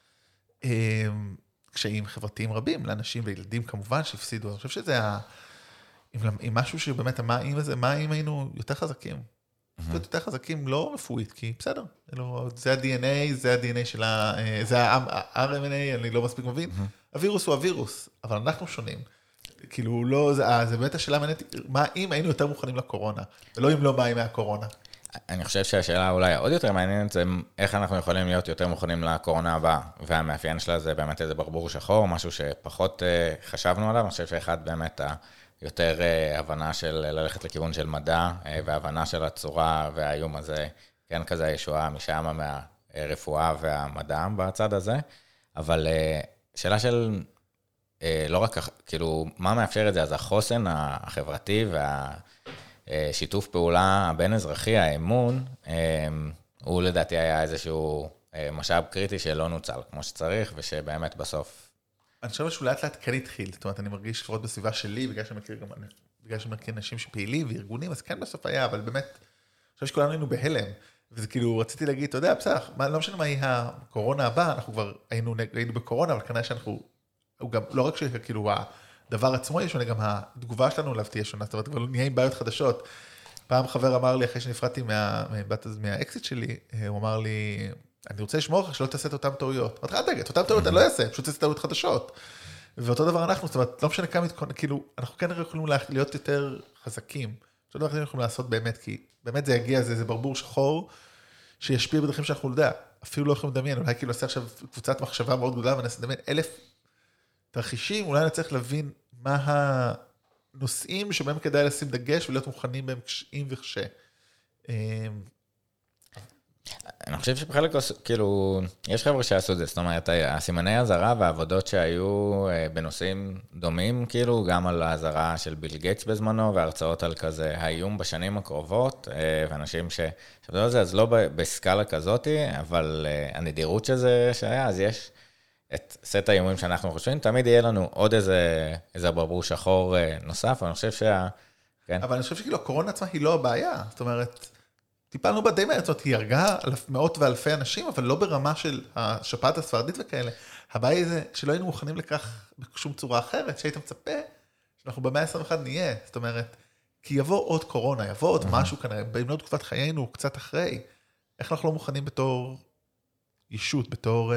אה, קשיים חברתיים רבים, לאנשים וילדים כמובן שהפסידו. אני חושב שזה היה, אם, אם משהו שבאמת, מה אם זה, מה אם היינו יותר חזקים? Mm-hmm. יותר חזקים לא רפואית, כי בסדר, אלו, זה ה-די אן איי, זה ה-די אן איי של ה... זה ה-אר אם אן איי, אני לא מספיק מבין. Mm-hmm. הווירוס הוא הווירוס, אבל אנחנו שונים. כאילו, לא, זה, זה באמת השאלה מעניינת, מה אם היינו יותר מוכנים לקורונה, ולא אם לא מה אם מהקורונה. אני חושב שהשאלה אולי עוד יותר מעניינת, זה איך אנחנו יכולים להיות יותר מוכנים לקורונה הבאה, והמאפיין שלה זה באמת איזה ברבור שחור, משהו שפחות uh, חשבנו עליו, אני חושב שאחד באמת היותר uh, הבנה של ללכת לכיוון של מדע, uh, והבנה של הצורה והאיום הזה, כן כזה הישועה משם מהרפואה והמדע בצד הזה, אבל uh, שאלה של uh, לא רק, כאילו, מה מאפשר את זה, אז החוסן החברתי וה... שיתוף פעולה הבין אזרחי, האמון, הוא לדעתי היה איזשהו משאב קריטי שלא נוצל כמו שצריך, ושבאמת בסוף... אני חושב שהוא לאט לאט כן התחיל, זאת אומרת, אני מרגיש לפחות בסביבה שלי, בגלל שאני מכיר גם, בגלל שאני מכיר אנשים שפעילים וארגונים, אז כן בסוף היה, אבל באמת, אני חושב שכולנו היינו בהלם, וזה כאילו, רציתי להגיד, אתה יודע, בסך, לא משנה מה יהיה הקורונה הבאה, אנחנו כבר היינו, היינו בקורונה, אבל כנראה שאנחנו, הוא גם, לא רק שכאילו, הדבר עצמו יש שונה, גם התגובה שלנו אליו תהיה שונה, זאת אומרת, כבר נהיה עם בעיות חדשות. פעם חבר אמר לי, אחרי שנפרדתי מהאקזיט שלי, הוא אמר לי, אני רוצה לשמור לך שלא תעשה את אותם טעויות. אמרתי, אל תגיד, את אותם טעויות אני לא אעשה, פשוט תעשה טעויות חדשות. ואותו דבר אנחנו, זאת אומרת, לא משנה כמה, כאילו, אנחנו כן יכולים להיות יותר חזקים. אותו דבר אנחנו יכולים לעשות באמת, כי באמת זה יגיע, זה ברבור שחור, שישפיע בדרכים שאנחנו לא יודע, אפילו לא יכולים לדמיין, אולי כאילו עושה עכשיו קבוצת מחשבה מאוד גדולה, ונעשה לדמיין אלף תרחישים, אולי נצטרך להבין מה הנושאים שבהם כדאי לשים דגש ולהיות מוכנים בהם קשיים וקשה. אני חושב שבחלק, כאילו, יש חבר'ה שעשו את זה, זאת אומרת, הסימני הזרה והעבודות שהיו בנושאים דומים, כאילו, גם על ההזרה של ביל גייטס בזמנו, והרצאות על כזה האיום בשנים הקרובות, ואנשים ששבדו על זה, אז לא בסקאלה כזאת, אבל הנדירות שזה שהיה, אז יש את סט האיומים שאנחנו חושבים, תמיד יהיה לנו עוד איזה, איזה ברבור שחור נוסף, אבל אני חושב שה... כן. אבל אני חושב שכאילו, הקורונה עצמה היא לא הבעיה, זאת אומרת, טיפלנו בה די מהר, זאת אומרת, היא הרגה מאות ואלפי אנשים, אבל לא ברמה של השפעת הספרדית וכאלה. הבעיה היא זה שלא היינו מוכנים לכך בשום צורה אחרת, שהיית מצפה שאנחנו במאה ה-עשרים ואחת נהיה, זאת אומרת, כי יבוא עוד קורונה, יבוא עוד משהו כנראה, במנות תקופת חיינו, קצת אחרי, איך אנחנו לא מוכנים בתור ישות, בתור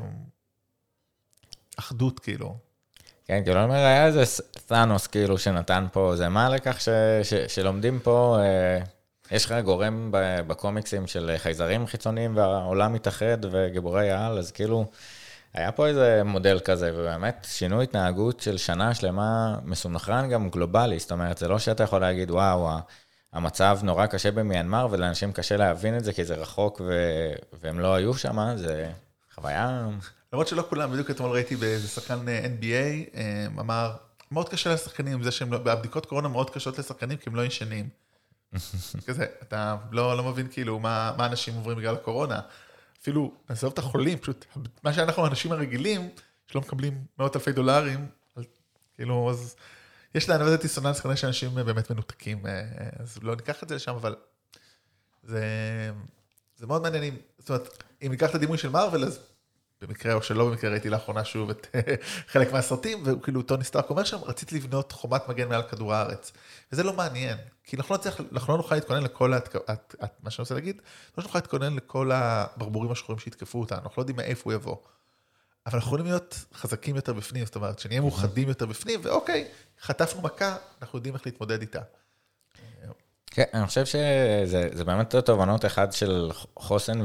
אחדות, כאילו. כן, כאילו, אומר, היה איזה ת'אנוס, כאילו, שנתן פה, זה מה לכך ש, ש, שלומדים פה, אה, יש לך גורם בקומיקסים של חייזרים חיצוניים, והעולם מתאחד וגיבורי העל, אז כאילו, היה פה איזה מודל כזה, ובאמת שינוי התנהגות של שנה שלמה מסונכרן גם גלובלי, זאת אומרת, זה לא שאתה יכול להגיד, וואו, המצב נורא קשה במיינמר, ולאנשים קשה להבין את זה, כי זה רחוק, ו... והם לא היו שם, זה חוויה... למרות שלא כולם, בדיוק אתמול ראיתי באיזה שחקן אן בי איי, אמר, מאוד קשה לשחקנים, זה שהם, הבדיקות קורונה מאוד קשות לשחקנים, כי הם לא ישנים. כזה, אתה לא, לא מבין כאילו מה, מה אנשים עוברים בגלל הקורונה. אפילו, נעזוב את החולים, פשוט, מה שאנחנו האנשים הרגילים, שלא מקבלים מאות אלפי דולרים, כאילו, אז יש להם איזה דיסוננס, כנראה שאנשים באמת מנותקים, אז לא ניקח את זה לשם, אבל זה, זה מאוד מעניין, זאת אומרת, אם ניקח את הדימוי של מארוול, אז במקרה או שלא במקרה ראיתי לאחרונה שוב את חלק מהסרטים, וכאילו טוני סטארק אומר שם, רציתי לבנות חומת מגן מעל כדור הארץ. וזה לא מעניין, כי אנחנו לא צריך, אנחנו לא נוכל להתכונן לכל, מה שאני רוצה להגיד, לא נוכל להתכונן לכל הברבורים השחורים שהתקפו אותנו, אנחנו לא יודעים מאיפה הוא יבוא. אבל אנחנו יכולים להיות חזקים יותר בפנים, זאת אומרת, שנהיה מאוחדים יותר בפנים, ואוקיי, חטפנו מכה, אנחנו יודעים איך להתמודד איתה. כן, אני חושב שזה באמת תובנות אחד של חוסן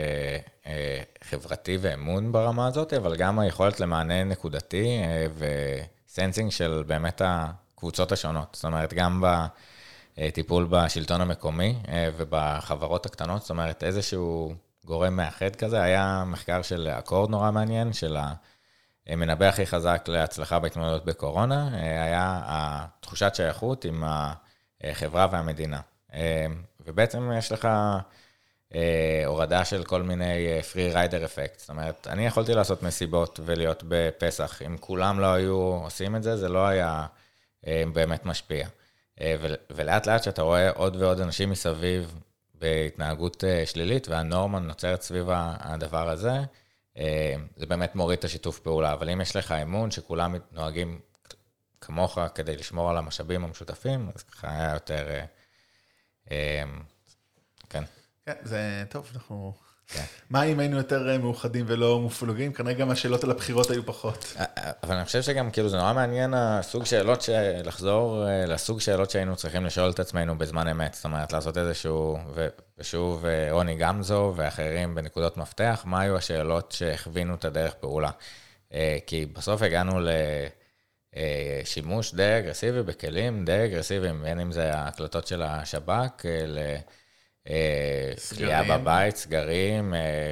וחברתי ואמון ברמה הזאת, אבל גם היכולת למענה נקודתי וסנסינג של באמת הקבוצות השונות. זאת אומרת, גם בטיפול בשלטון המקומי ובחברות הקטנות, זאת אומרת, איזשהו גורם מאחד כזה, היה מחקר של אקורד נורא מעניין, של המנבא הכי חזק להצלחה בהתמודדות בקורונה, היה התחושת שייכות עם החברה והמדינה. ובעצם יש לך הורדה של כל מיני free rider effect. זאת אומרת, אני יכולתי לעשות מסיבות ולהיות בפסח. אם כולם לא היו עושים את זה, זה לא היה באמת משפיע. ולאט לאט שאתה רואה עוד ועוד אנשים מסביב בהתנהגות שלילית, והנורמה נוצרת סביב הדבר הזה, זה באמת מוריד את השיתוף פעולה. אבל אם יש לך אמון שכולם נוהגים כמוך כדי לשמור על המשאבים המשותפים, אז ככה היה יותר... כן. כן, זה טוב, אנחנו... מה אם היינו יותר מאוחדים ולא מופלגים? כנראה גם השאלות על הבחירות היו פחות. אבל אני חושב שגם כאילו זה נורא מעניין הסוג שאלות, לחזור לסוג שאלות שהיינו צריכים לשאול את עצמנו בזמן אמת. זאת אומרת, לעשות איזשהו, ושוב רוני גמזו ואחרים בנקודות מפתח, מה היו השאלות שהכווינו את הדרך פעולה? כי בסוף הגענו לשימוש די אגרסיבי בכלים, די אגרסיביים, בין אם זה ההקלטות של השב"כ, ל... קריאה בבית, סגרים,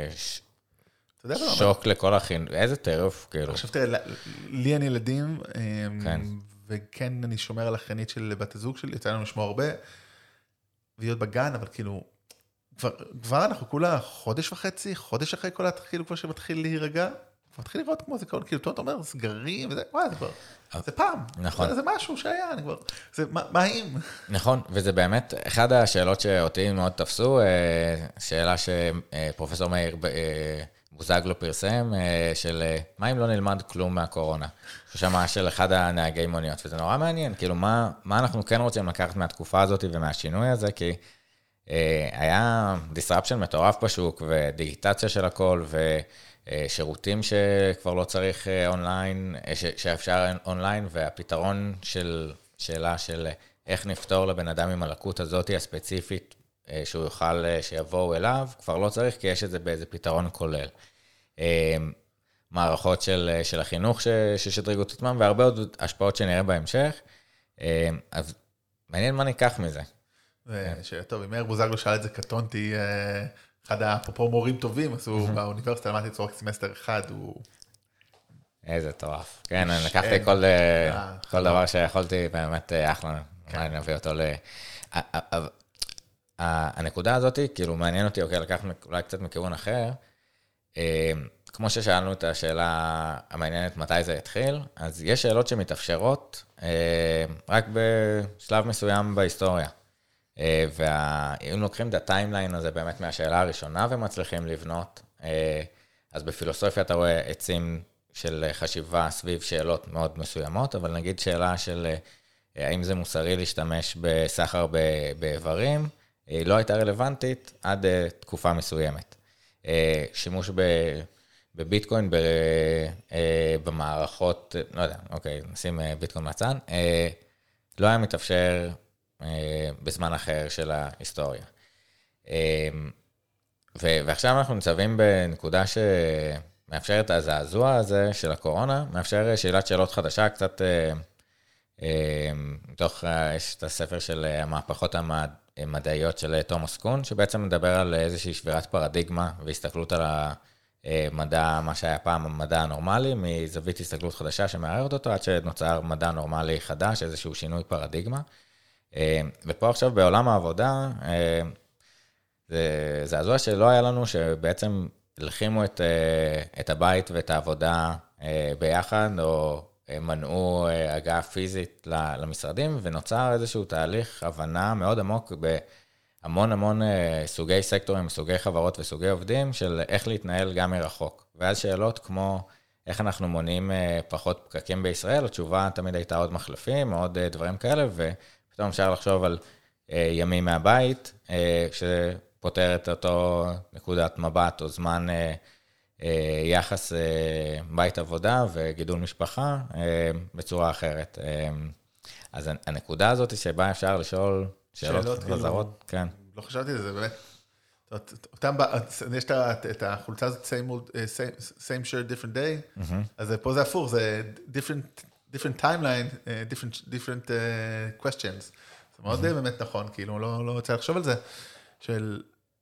שוק לכל החינוך, איזה טירוף, כאילו. עכשיו תראה, לי אין ילדים, וכן אני שומר על החנית של בת הזוג שלי, יצא לנו לשמוע הרבה, להיות בגן, אבל כאילו, כבר אנחנו כולה חודש וחצי, חודש אחרי כל התחילו כבר שמתחיל להירגע, מתחיל לראות כמו זה, כאילו, אתה אומר, סגרים, וזה, וואי, זה כבר, זה פעם. נכון. זה משהו שהיה, אני כבר, זה, מה אם? נכון, וזה באמת, אחד השאלות שאותי מאוד תפסו, שאלה שפרופסור מאיר בוזגלו פרסם, של מה אם לא נלמד כלום מהקורונה? ששמע של אחד הנהגי מוניות, וזה נורא מעניין, כאילו, מה, מה אנחנו כן רוצים לקחת מהתקופה הזאת ומהשינוי הזה, כי היה disruption מטורף בשוק, ודיגיטציה של הכל, ו... שירותים שכבר לא צריך אונליין, שאפשר אונליין, והפתרון של שאלה של איך נפתור לבן אדם עם הלקות הזאת הספציפית, שהוא יוכל שיבואו אליו, כבר לא צריך, כי יש את זה באיזה פתרון כולל. מערכות של, של החינוך ששדרגו את עצמם, והרבה עוד השפעות שנראה בהמשך. אז מעניין מה ניקח מזה. טוב, אם מאיר בוזגלו שאל את זה, קטונתי... אחד אפרופו מורים טובים, עשו באוניברסיטה, למדתי צורך סמסטר אחד, הוא... איזה טרף. כן, אני לקחתי כל דבר שיכולתי, באמת אחלה, אני נביא אותו ל... הנקודה הזאת, כאילו, מעניין אותי, אוקיי, לקחת אולי קצת מכיוון אחר, כמו ששאלנו את השאלה המעניינת מתי זה התחיל, אז יש שאלות שמתאפשרות רק בשלב מסוים בהיסטוריה. ואם לוקחים את הטיימליין הזה באמת מהשאלה הראשונה ומצליחים לבנות, אז בפילוסופיה אתה רואה עצים של חשיבה סביב שאלות מאוד מסוימות, אבל נגיד שאלה של האם זה מוסרי להשתמש בסחר באיברים, היא לא הייתה רלוונטית עד תקופה מסוימת. שימוש בביטקוין במערכות, לא יודע, אוקיי, נשים ביטקוין מהצד, לא היה מתאפשר בזמן אחר של ההיסטוריה. ועכשיו אנחנו ניצבים בנקודה שמאפשרת את הזעזוע הזה של הקורונה, מאפשר שאלת שאלות חדשה, קצת מתוך, יש את הספר של המהפכות המדעיות של תומאס קון, שבעצם מדבר על איזושהי שבירת פרדיגמה והסתכלות על המדע, מה שהיה פעם המדע הנורמלי, מזווית הסתכלות חדשה שמערערת אותו, עד שנוצר מדע נורמלי חדש, איזשהו שינוי פרדיגמה. ופה עכשיו בעולם העבודה, זה זעזוע שלא היה לנו, שבעצם הלחימו את, את הבית ואת העבודה ביחד, או מנעו הגעה פיזית למשרדים, ונוצר איזשהו תהליך הבנה מאוד עמוק המון המון סוגי סקטורים, סוגי חברות וסוגי עובדים, של איך להתנהל גם מרחוק. ואז שאלות כמו, איך אנחנו מונעים פחות פקקים בישראל, התשובה תמיד הייתה עוד מחלפים, עוד דברים כאלה, ופתאום אפשר לחשוב על ימים מהבית, שפותר את אותו נקודת מבט או זמן יחס בית עבודה וגידול משפחה בצורה אחרת. אז הנקודה הזאת היא שבה אפשר לשאול שאלות חזרות. כן. לא חשבתי על זה, באמת. אותם, יש את החולצה הזאת, same shirt, different day, אז פה זה הפוך, זה different, different timeline, different, different questions. זה מאוד באמת נכון, כאילו, לא רוצה לחשוב על זה, של...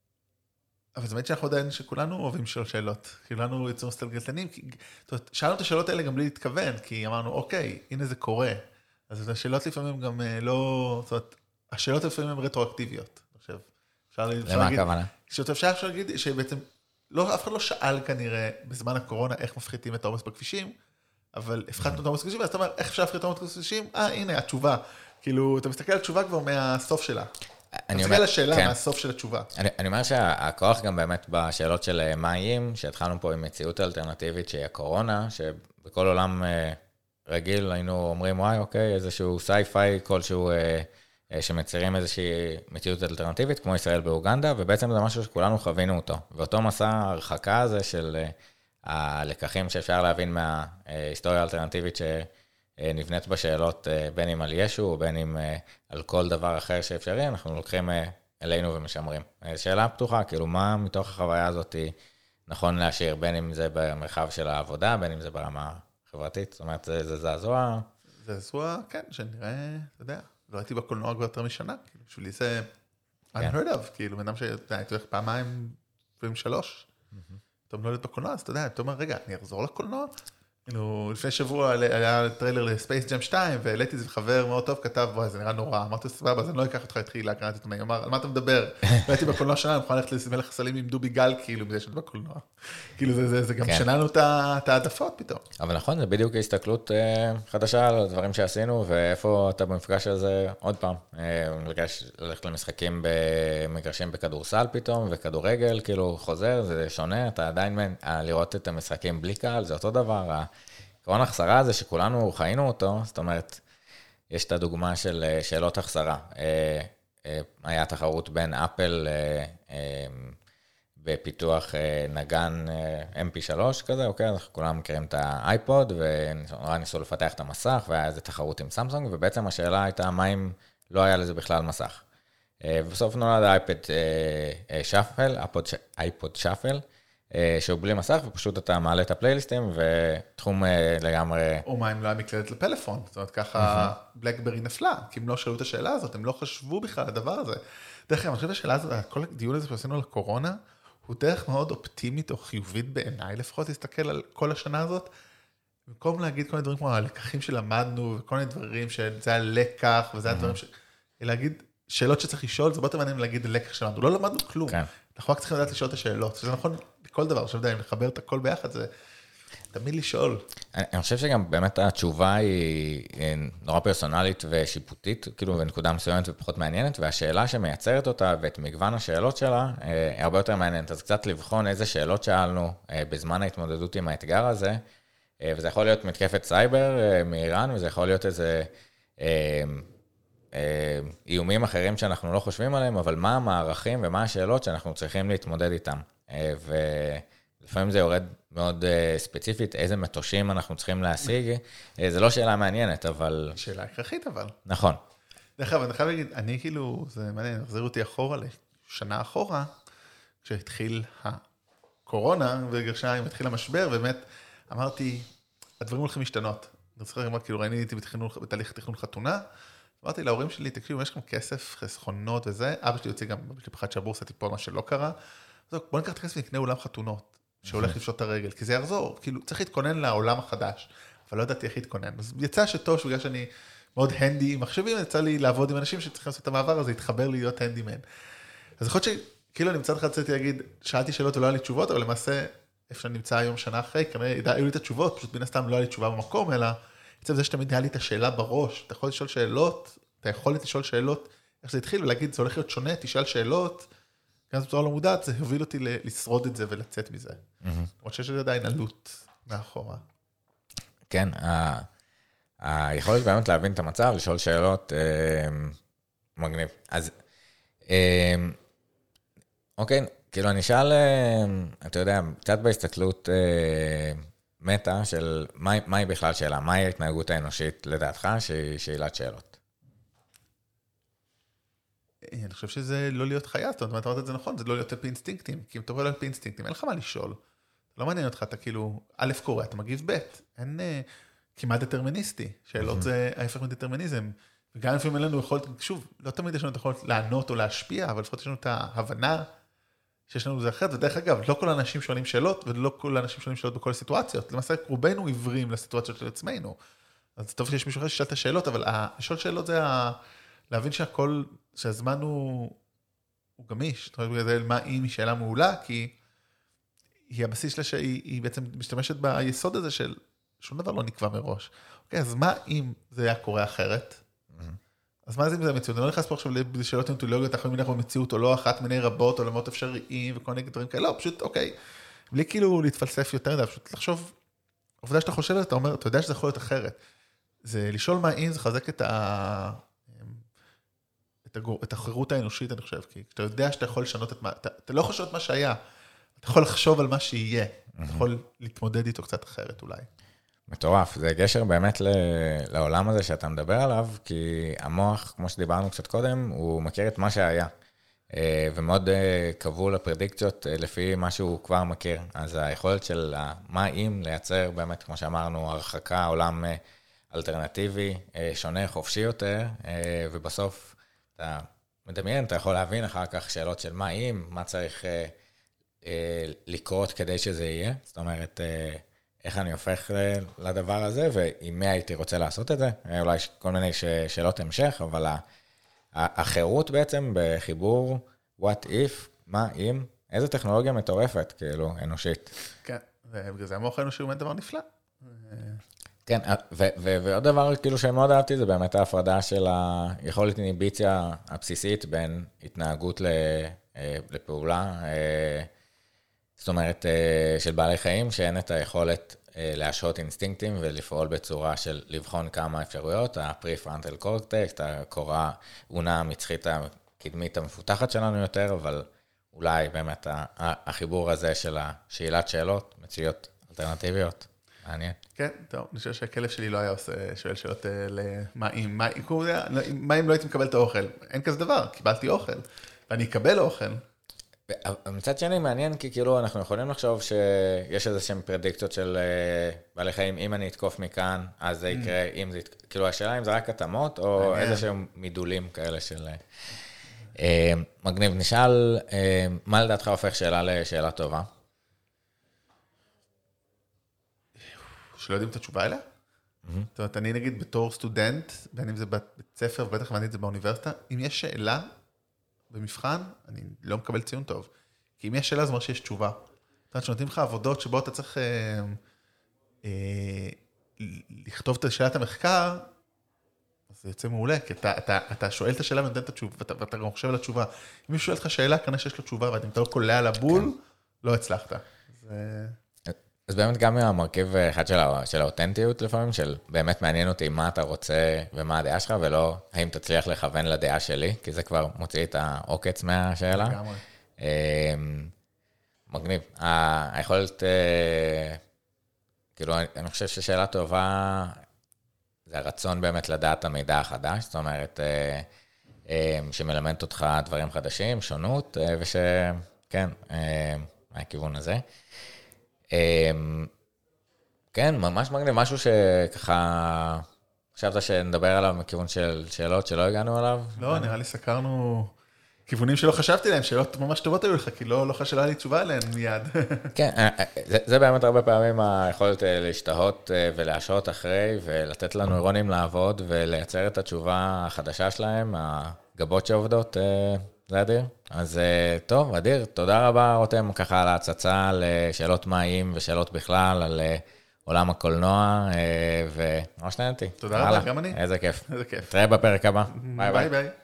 אבל זה באמת שאנחנו עדיין שכולנו אוהבים לשאול שאלות, כי לנו יצאו סטלגלטנים, שאלנו את השאלות האלה גם בלי להתכוון, כי אמרנו, אוקיי, הנה זה קורה. אז השאלות לפעמים גם לא, זאת אומרת, השאלות לפעמים הן רטרואקטיביות, אני חושב. למה הכוונה? שאפשר אפשר להגיד שבעצם, לא, אף אחד לא שאל כנראה בזמן הקורונה איך מפחיתים את העומס בכבישים, אבל הפחתנו את העומס בכבישים, אז אתה אומר, איך אפשר להפחית את העומס בכבישים? אה, הנה, התשובה. כאילו, אתה מסתכל על התשובה כבר מהסוף שלה. אתה מסתכל על השאלה מהסוף של התשובה. אני אומר שהכוח גם באמת בשאלות של מים, שהתחלנו פה עם מציאות אלטרנטיבית שהיא הקורונה, שבכל עולם רגיל היינו אומרים, וואי, אוקיי, איזשהו סי-פיי כלשהו שמצירים איזושהי מציאות אלטרנטיבית, כמו ישראל באוגנדה, ובעצם זה משהו שכולנו חווינו אותו. ואותו מסע ההרחקה הזה של הלקחים שאפשר להבין מההיסטוריה האלטרנטיבית שנבנית בשאלות בין אם על ישו, או בין אם על כל דבר אחר שאפשרי, אנחנו לוקחים אלינו ומשמרים. שאלה פתוחה, כאילו מה מתוך החוויה הזאת נכון להשאיר, בין אם זה במרחב של העבודה, בין אם זה ברמה חברתית, זאת אומרת, זה זעזוע. זה זעזוע, כן, שנראה, אתה יודע, לא הייתי בקולנוע כבר יותר משנה, כאילו, בשבילי זה unheard of, כאילו, בנאדם שהייתי הולך פעמיים ועם שלוש, אתה לא יודעת בקולנוע, אז אתה יודע, אתה אומר, רגע, אני אחזור לקולנוע? כאילו, לפני שבוע היה טריילר לספייס ג'ם שתיים, והעליתי איזה חבר מאוד טוב, כתב, וואי, זה נראה נורא, אמרתי, סבבה, אז אני לא אקח אותך התחילה, קראתי אותו, אמר, על מה אתה מדבר? והייתי בקולנוע שנה, אני מוכן ללכת למלך הסלים עם דובי גל, כאילו, בזה שאת בקולנוע. כאילו, זה גם שננו את העדפות פתאום. אבל נכון, זה בדיוק ההסתכלות חדשה על הדברים שעשינו, ואיפה אתה במפגש הזה עוד פעם. מפגש ללכת למשחקים במגרשים בכדורסל פתאום, וכדורגל, כאילו, חוזר, זה שונה, אתה עדיין לראות את המשחקים בלי קהל, זה אותו דבר. עקרון החסרה הזה שכולנו חיינו אותו, זאת אומרת, יש את הדוגמה של שאלות החסרה. היה תחרות בין אפל בפיתוח נגן אם פי שלוש כזה, אוקיי, אנחנו כולם מכירים את האייפוד, ונורא ניסו לפתח את המסך, והיה איזו תחרות עם סמסונג, ובעצם השאלה הייתה מה אם לא היה לזה בכלל מסך. ובסוף נולד האייפד שפל, אייפוד שפל, שהוא בלי מסך, ופשוט אתה מעלה את הפלייליסטים, ותחום לגמרי... או מה אם לא היה מקלדת לפלאפון, זאת אומרת, ככה בלקברי נפלה, כי הם לא שאלו את השאלה הזאת, הם לא חשבו בכלל הדבר הזה. דרך כלל, אני חושב שהשאלה הזאת, כל הדיון הזה שעשינו על הקורונה, הוא דרך מאוד אופטימית או חיובית בעיניי, לפחות להסתכל על כל השנה הזאת, במקום להגיד כל מיני דברים כמו הלקחים שלמדנו, וכל מיני דברים שזה הלקח, וזה הדברים ש... להגיד שאלות שצריך לשאול, זה בוא תמנים להגיד הלקח שלנו, לא למדנו כלום. אנחנו רק צריכים לדעת לשאול את השאלות, שזה נכון בכל דבר, עכשיו די, אם לחבר את הכל ביחד, זה תמיד לשאול. אני חושב שגם באמת התשובה היא נורא פרסונלית ושיפוטית, כאילו בנקודה מסוימת ופחות מעניינת, והשאלה שמייצרת אותה ואת מגוון השאלות שלה, היא הרבה יותר מעניינת. אז קצת לבחון איזה שאלות שאלנו בזמן ההתמודדות עם האתגר הזה, וזה יכול להיות מתקפת סייבר מאיראן, וזה יכול להיות איזה איומים אחרים שאנחנו לא חושבים עליהם, אבל מה המערכים ומה השאלות שאנחנו צריכים להתמודד איתם. ולפעמים זה יורד מאוד ספציפית, איזה מטושים אנחנו צריכים להשיג. זה לא שאלה מעניינת, אבל... שאלה הכרחית, אבל. נכון. דרך אגב, אני חייב להגיד, אני כאילו, זה מעניין, החזיר אותי אחורה, לשנה אחורה, כשהתחיל הקורונה, וגרשיים התחיל המשבר, ובאמת אמרתי, הדברים הולכים להשתנות. אני צריך לומר, כאילו ראיתי בתהליך תכנון חתונה, אמרתי להורים שלי, תקשיבו, יש לכם כסף, חסכונות וזה, אבא שלי יוצא גם, יש לי פחד שהבורסה תיפול, מה שלא קרה, אז בוא ניקח את הכסף ונקנה אולם חתונות, שהולך לפשוט את הרגל, כי זה יחזור, כאילו צריך להתכונן לעולם החדש, אבל לא ידעתי איך להתכונן, אז יצא שטוב, שבגלל שאני מאוד הנדי עם מחשבים, יצא לי לעבוד עם אנשים שצריכים לעשות את המעבר הזה, להתחבר להיות הנדי מן. אז יכול להיות שכאילו אני מצד אחד רציתי להגיד, שאלתי שאלות ולא היה לי תשובות, אבל למעשה, איפה שאני נמצא היום שנה אחרי, כנראה היו לי את התשובות, פשוט בין הסתם לא היה לי תשובה במקום, אלא עצם זה שתמיד היה לי את השאלה בראש, אתה יכול לשאול שאלות, אתה יכול לשאול שאלות איך זה התחיל, ולהגיד, זה הולך להיות שונה, תשאל שאלות, גם בצורה לא מודעת, זה הוביל אותי לשרוד את זה ולצאת מזה. למרות שיש עדיין עלות מאחורה. כן, היכולת באמת להבין את המצב, לשאול שאלות, מגניב. אז, אוקיי, כאילו אני אשאל, אתה יודע, קצת בהסתכלות מטה של מהי בכלל שאלה, מהי ההתנהגות האנושית לדעתך שהיא שאלת שאלות? אני חושב שזה לא להיות חיה, זאת אומרת, אתה אומרת את זה נכון, זה לא להיות על פי אינסטינקטים, כי אם אתה רואה על פי אינסטינקטים, אין לך מה לשאול. לא מעניין אותך, אתה כאילו, א' קורא, אתה מגיב ב', אין כמעט דטרמיניסטי, שאלות זה ההפך מדטרמיניזם, וגם לפעמים אין לנו יכולת, שוב, לא תמיד יש לנו את יכולת לענות או להשפיע, אבל לפחות יש לנו את ההבנה שיש לנו זה אחרת, ודרך אגב, לא כל האנשים שואלים שאלות, ולא כל האנשים שואלים שאלות בכל הסיטואציות, למעשה רובנו עיוורים לסיטואציות של עצמנו, אז טוב שיש מישהו אחר ששאל את השאלות, אבל לשאול שאלות זה להבין שהכל, שהזמן הוא, הוא גמיש, זאת אומרת, מה אם היא שאלה מעולה, כי היא הבסיס שלה שהיא היא בעצם משתמשת ביסוד הזה של שום דבר לא נקבע מראש. אוקיי, אז מה אם זה היה קורה אחרת? אז מה זה אם זה המציאות? אני לא נכנס פה עכשיו לשאלות אינטואולוגיות, אנחנו מבינים במציאות או לא, אחת מיני רבות או למות אפשריים וכל מיני דברים כאלה, לא, פשוט, אוקיי, בלי כאילו להתפלסף יותר, זה פשוט לחשוב, עובדה שאתה חושב, אתה אומר, אתה יודע שזה יכול להיות אחרת. זה לשאול מה אם זה חזק את ה... את החירות האנושית, אני חושב, כי אתה יודע שאתה יכול לשנות את מה, אתה, אתה לא חושב את מה שהיה, אתה יכול לחשוב על מה שיהיה, אתה יכול להתמודד איתו קצת אחרת אולי. מטורף, זה גשר באמת לעולם הזה שאתה מדבר עליו, כי המוח, כמו שדיברנו קצת קודם, הוא מכיר את מה שהיה, ומאוד קבעו לפרדיקציות לפי מה שהוא כבר מכיר. אז היכולת של מה אם לייצר באמת, כמו שאמרנו, הרחקה, עולם אלטרנטיבי, שונה, חופשי יותר, ובסוף אתה מדמיין, אתה יכול להבין אחר כך שאלות של מה אם, מה צריך לקרות כדי שזה יהיה, זאת אומרת, איך אני הופך לדבר הזה, ועם מי הייתי רוצה לעשות את זה, אולי כל מיני שאלות המשך, אבל החירות בעצם בחיבור, what if, מה אם, איזו טכנולוגיה מטורפת, כאילו, אנושית. כן, ובגלל זה המוח האנושי הוא באמת דבר נפלא. כן, ועוד דבר כאילו שמאוד אהבתי, זה באמת ההפרדה של היכולת איניביציה הבסיסית בין התנהגות לפעולה, זאת אומרת, של בעלי חיים, שאין את היכולת להשעות אינסטינקטים ולפעול בצורה של לבחון כמה אפשרויות, הפרי-פרנטל קורטקס, הקורה עונה המצחית הקדמית המפותחת שלנו יותר, אבל אולי באמת החיבור הזה של השאלת שאלות, מציאות אלטרנטיביות. מעניין. כן, טוב, אני חושב שהכלב שלי לא היה עושה, שואל שאלות למה אם, מה אם לא הייתי מקבל את האוכל? אין כזה דבר, קיבלתי אוכל, ואני אקבל אוכל. מצד שני מעניין, כי כאילו אנחנו יכולים לחשוב שיש איזה שהן פרדיקציות של בעלי חיים, אם אני אתקוף מכאן, אז זה יקרה, אם זה, כאילו השאלה אם זה רק התאמות, או איזה שהם מידולים כאלה של... מגניב, נשאל, מה לדעתך הופך שאלה לשאלה טובה? שלא יודעים את התשובה אליה? זאת אומרת, אני נגיד בתור סטודנט, בין אם זה בבית ספר, ובטח ואני את זה באוניברסיטה, אם יש שאלה במבחן, אני לא מקבל ציון טוב. כי אם יש שאלה, זה אומר שיש תשובה. זאת אומרת, שנותנים לך עבודות שבו אתה צריך אה, אה, לכתוב את שאלת המחקר, אז זה יוצא מעולה, כי אתה, אתה, אתה שואל את השאלה ונותן את התשובה, ואתה, ואתה גם חושב על התשובה. אם מישהו שואל לך שאלה, כנראה שיש לו תשובה, ואתה לא קולע על הבול, לא הצלחת. זה... אז באמת גם מהמרכיב אחד של, של האותנטיות לפעמים, של באמת מעניין אותי מה אתה רוצה ומה הדעה שלך, ולא האם תצליח לכוון לדעה שלי, כי זה כבר מוציא את העוקץ מהשאלה. לגמרי. מגניב. היכולת, כאילו, אני חושב ששאלה טובה, זה הרצון באמת לדעת המידע החדש, זאת אומרת, שמלמדת אותך דברים חדשים, שונות, ושכן, מהכיוון הזה. כן, ממש מגניב, משהו שככה, חשבת שנדבר עליו מכיוון של שאלות שלא הגענו עליו? לא, נראה לי סקרנו כיוונים שלא חשבתי להם, שאלות ממש טובות היו לך, כי לא חשבה לי תשובה עליהן מיד. כן, זה באמת הרבה פעמים היכולת להשתהות ולהשעות אחרי, ולתת לנו אירונים לעבוד, ולייצר את התשובה החדשה שלהם, הגבות שעובדות, זה אדיר. אז טוב, אדיר, תודה רבה רותם ככה על ההצצה לשאלות מים ושאלות בכלל, על עולם הקולנוע, וממש נהנתי. תודה רבה, גם אני. איזה כיף. איזה כיף. תראה בפרק הבא. ביי ביי. ביי ביי.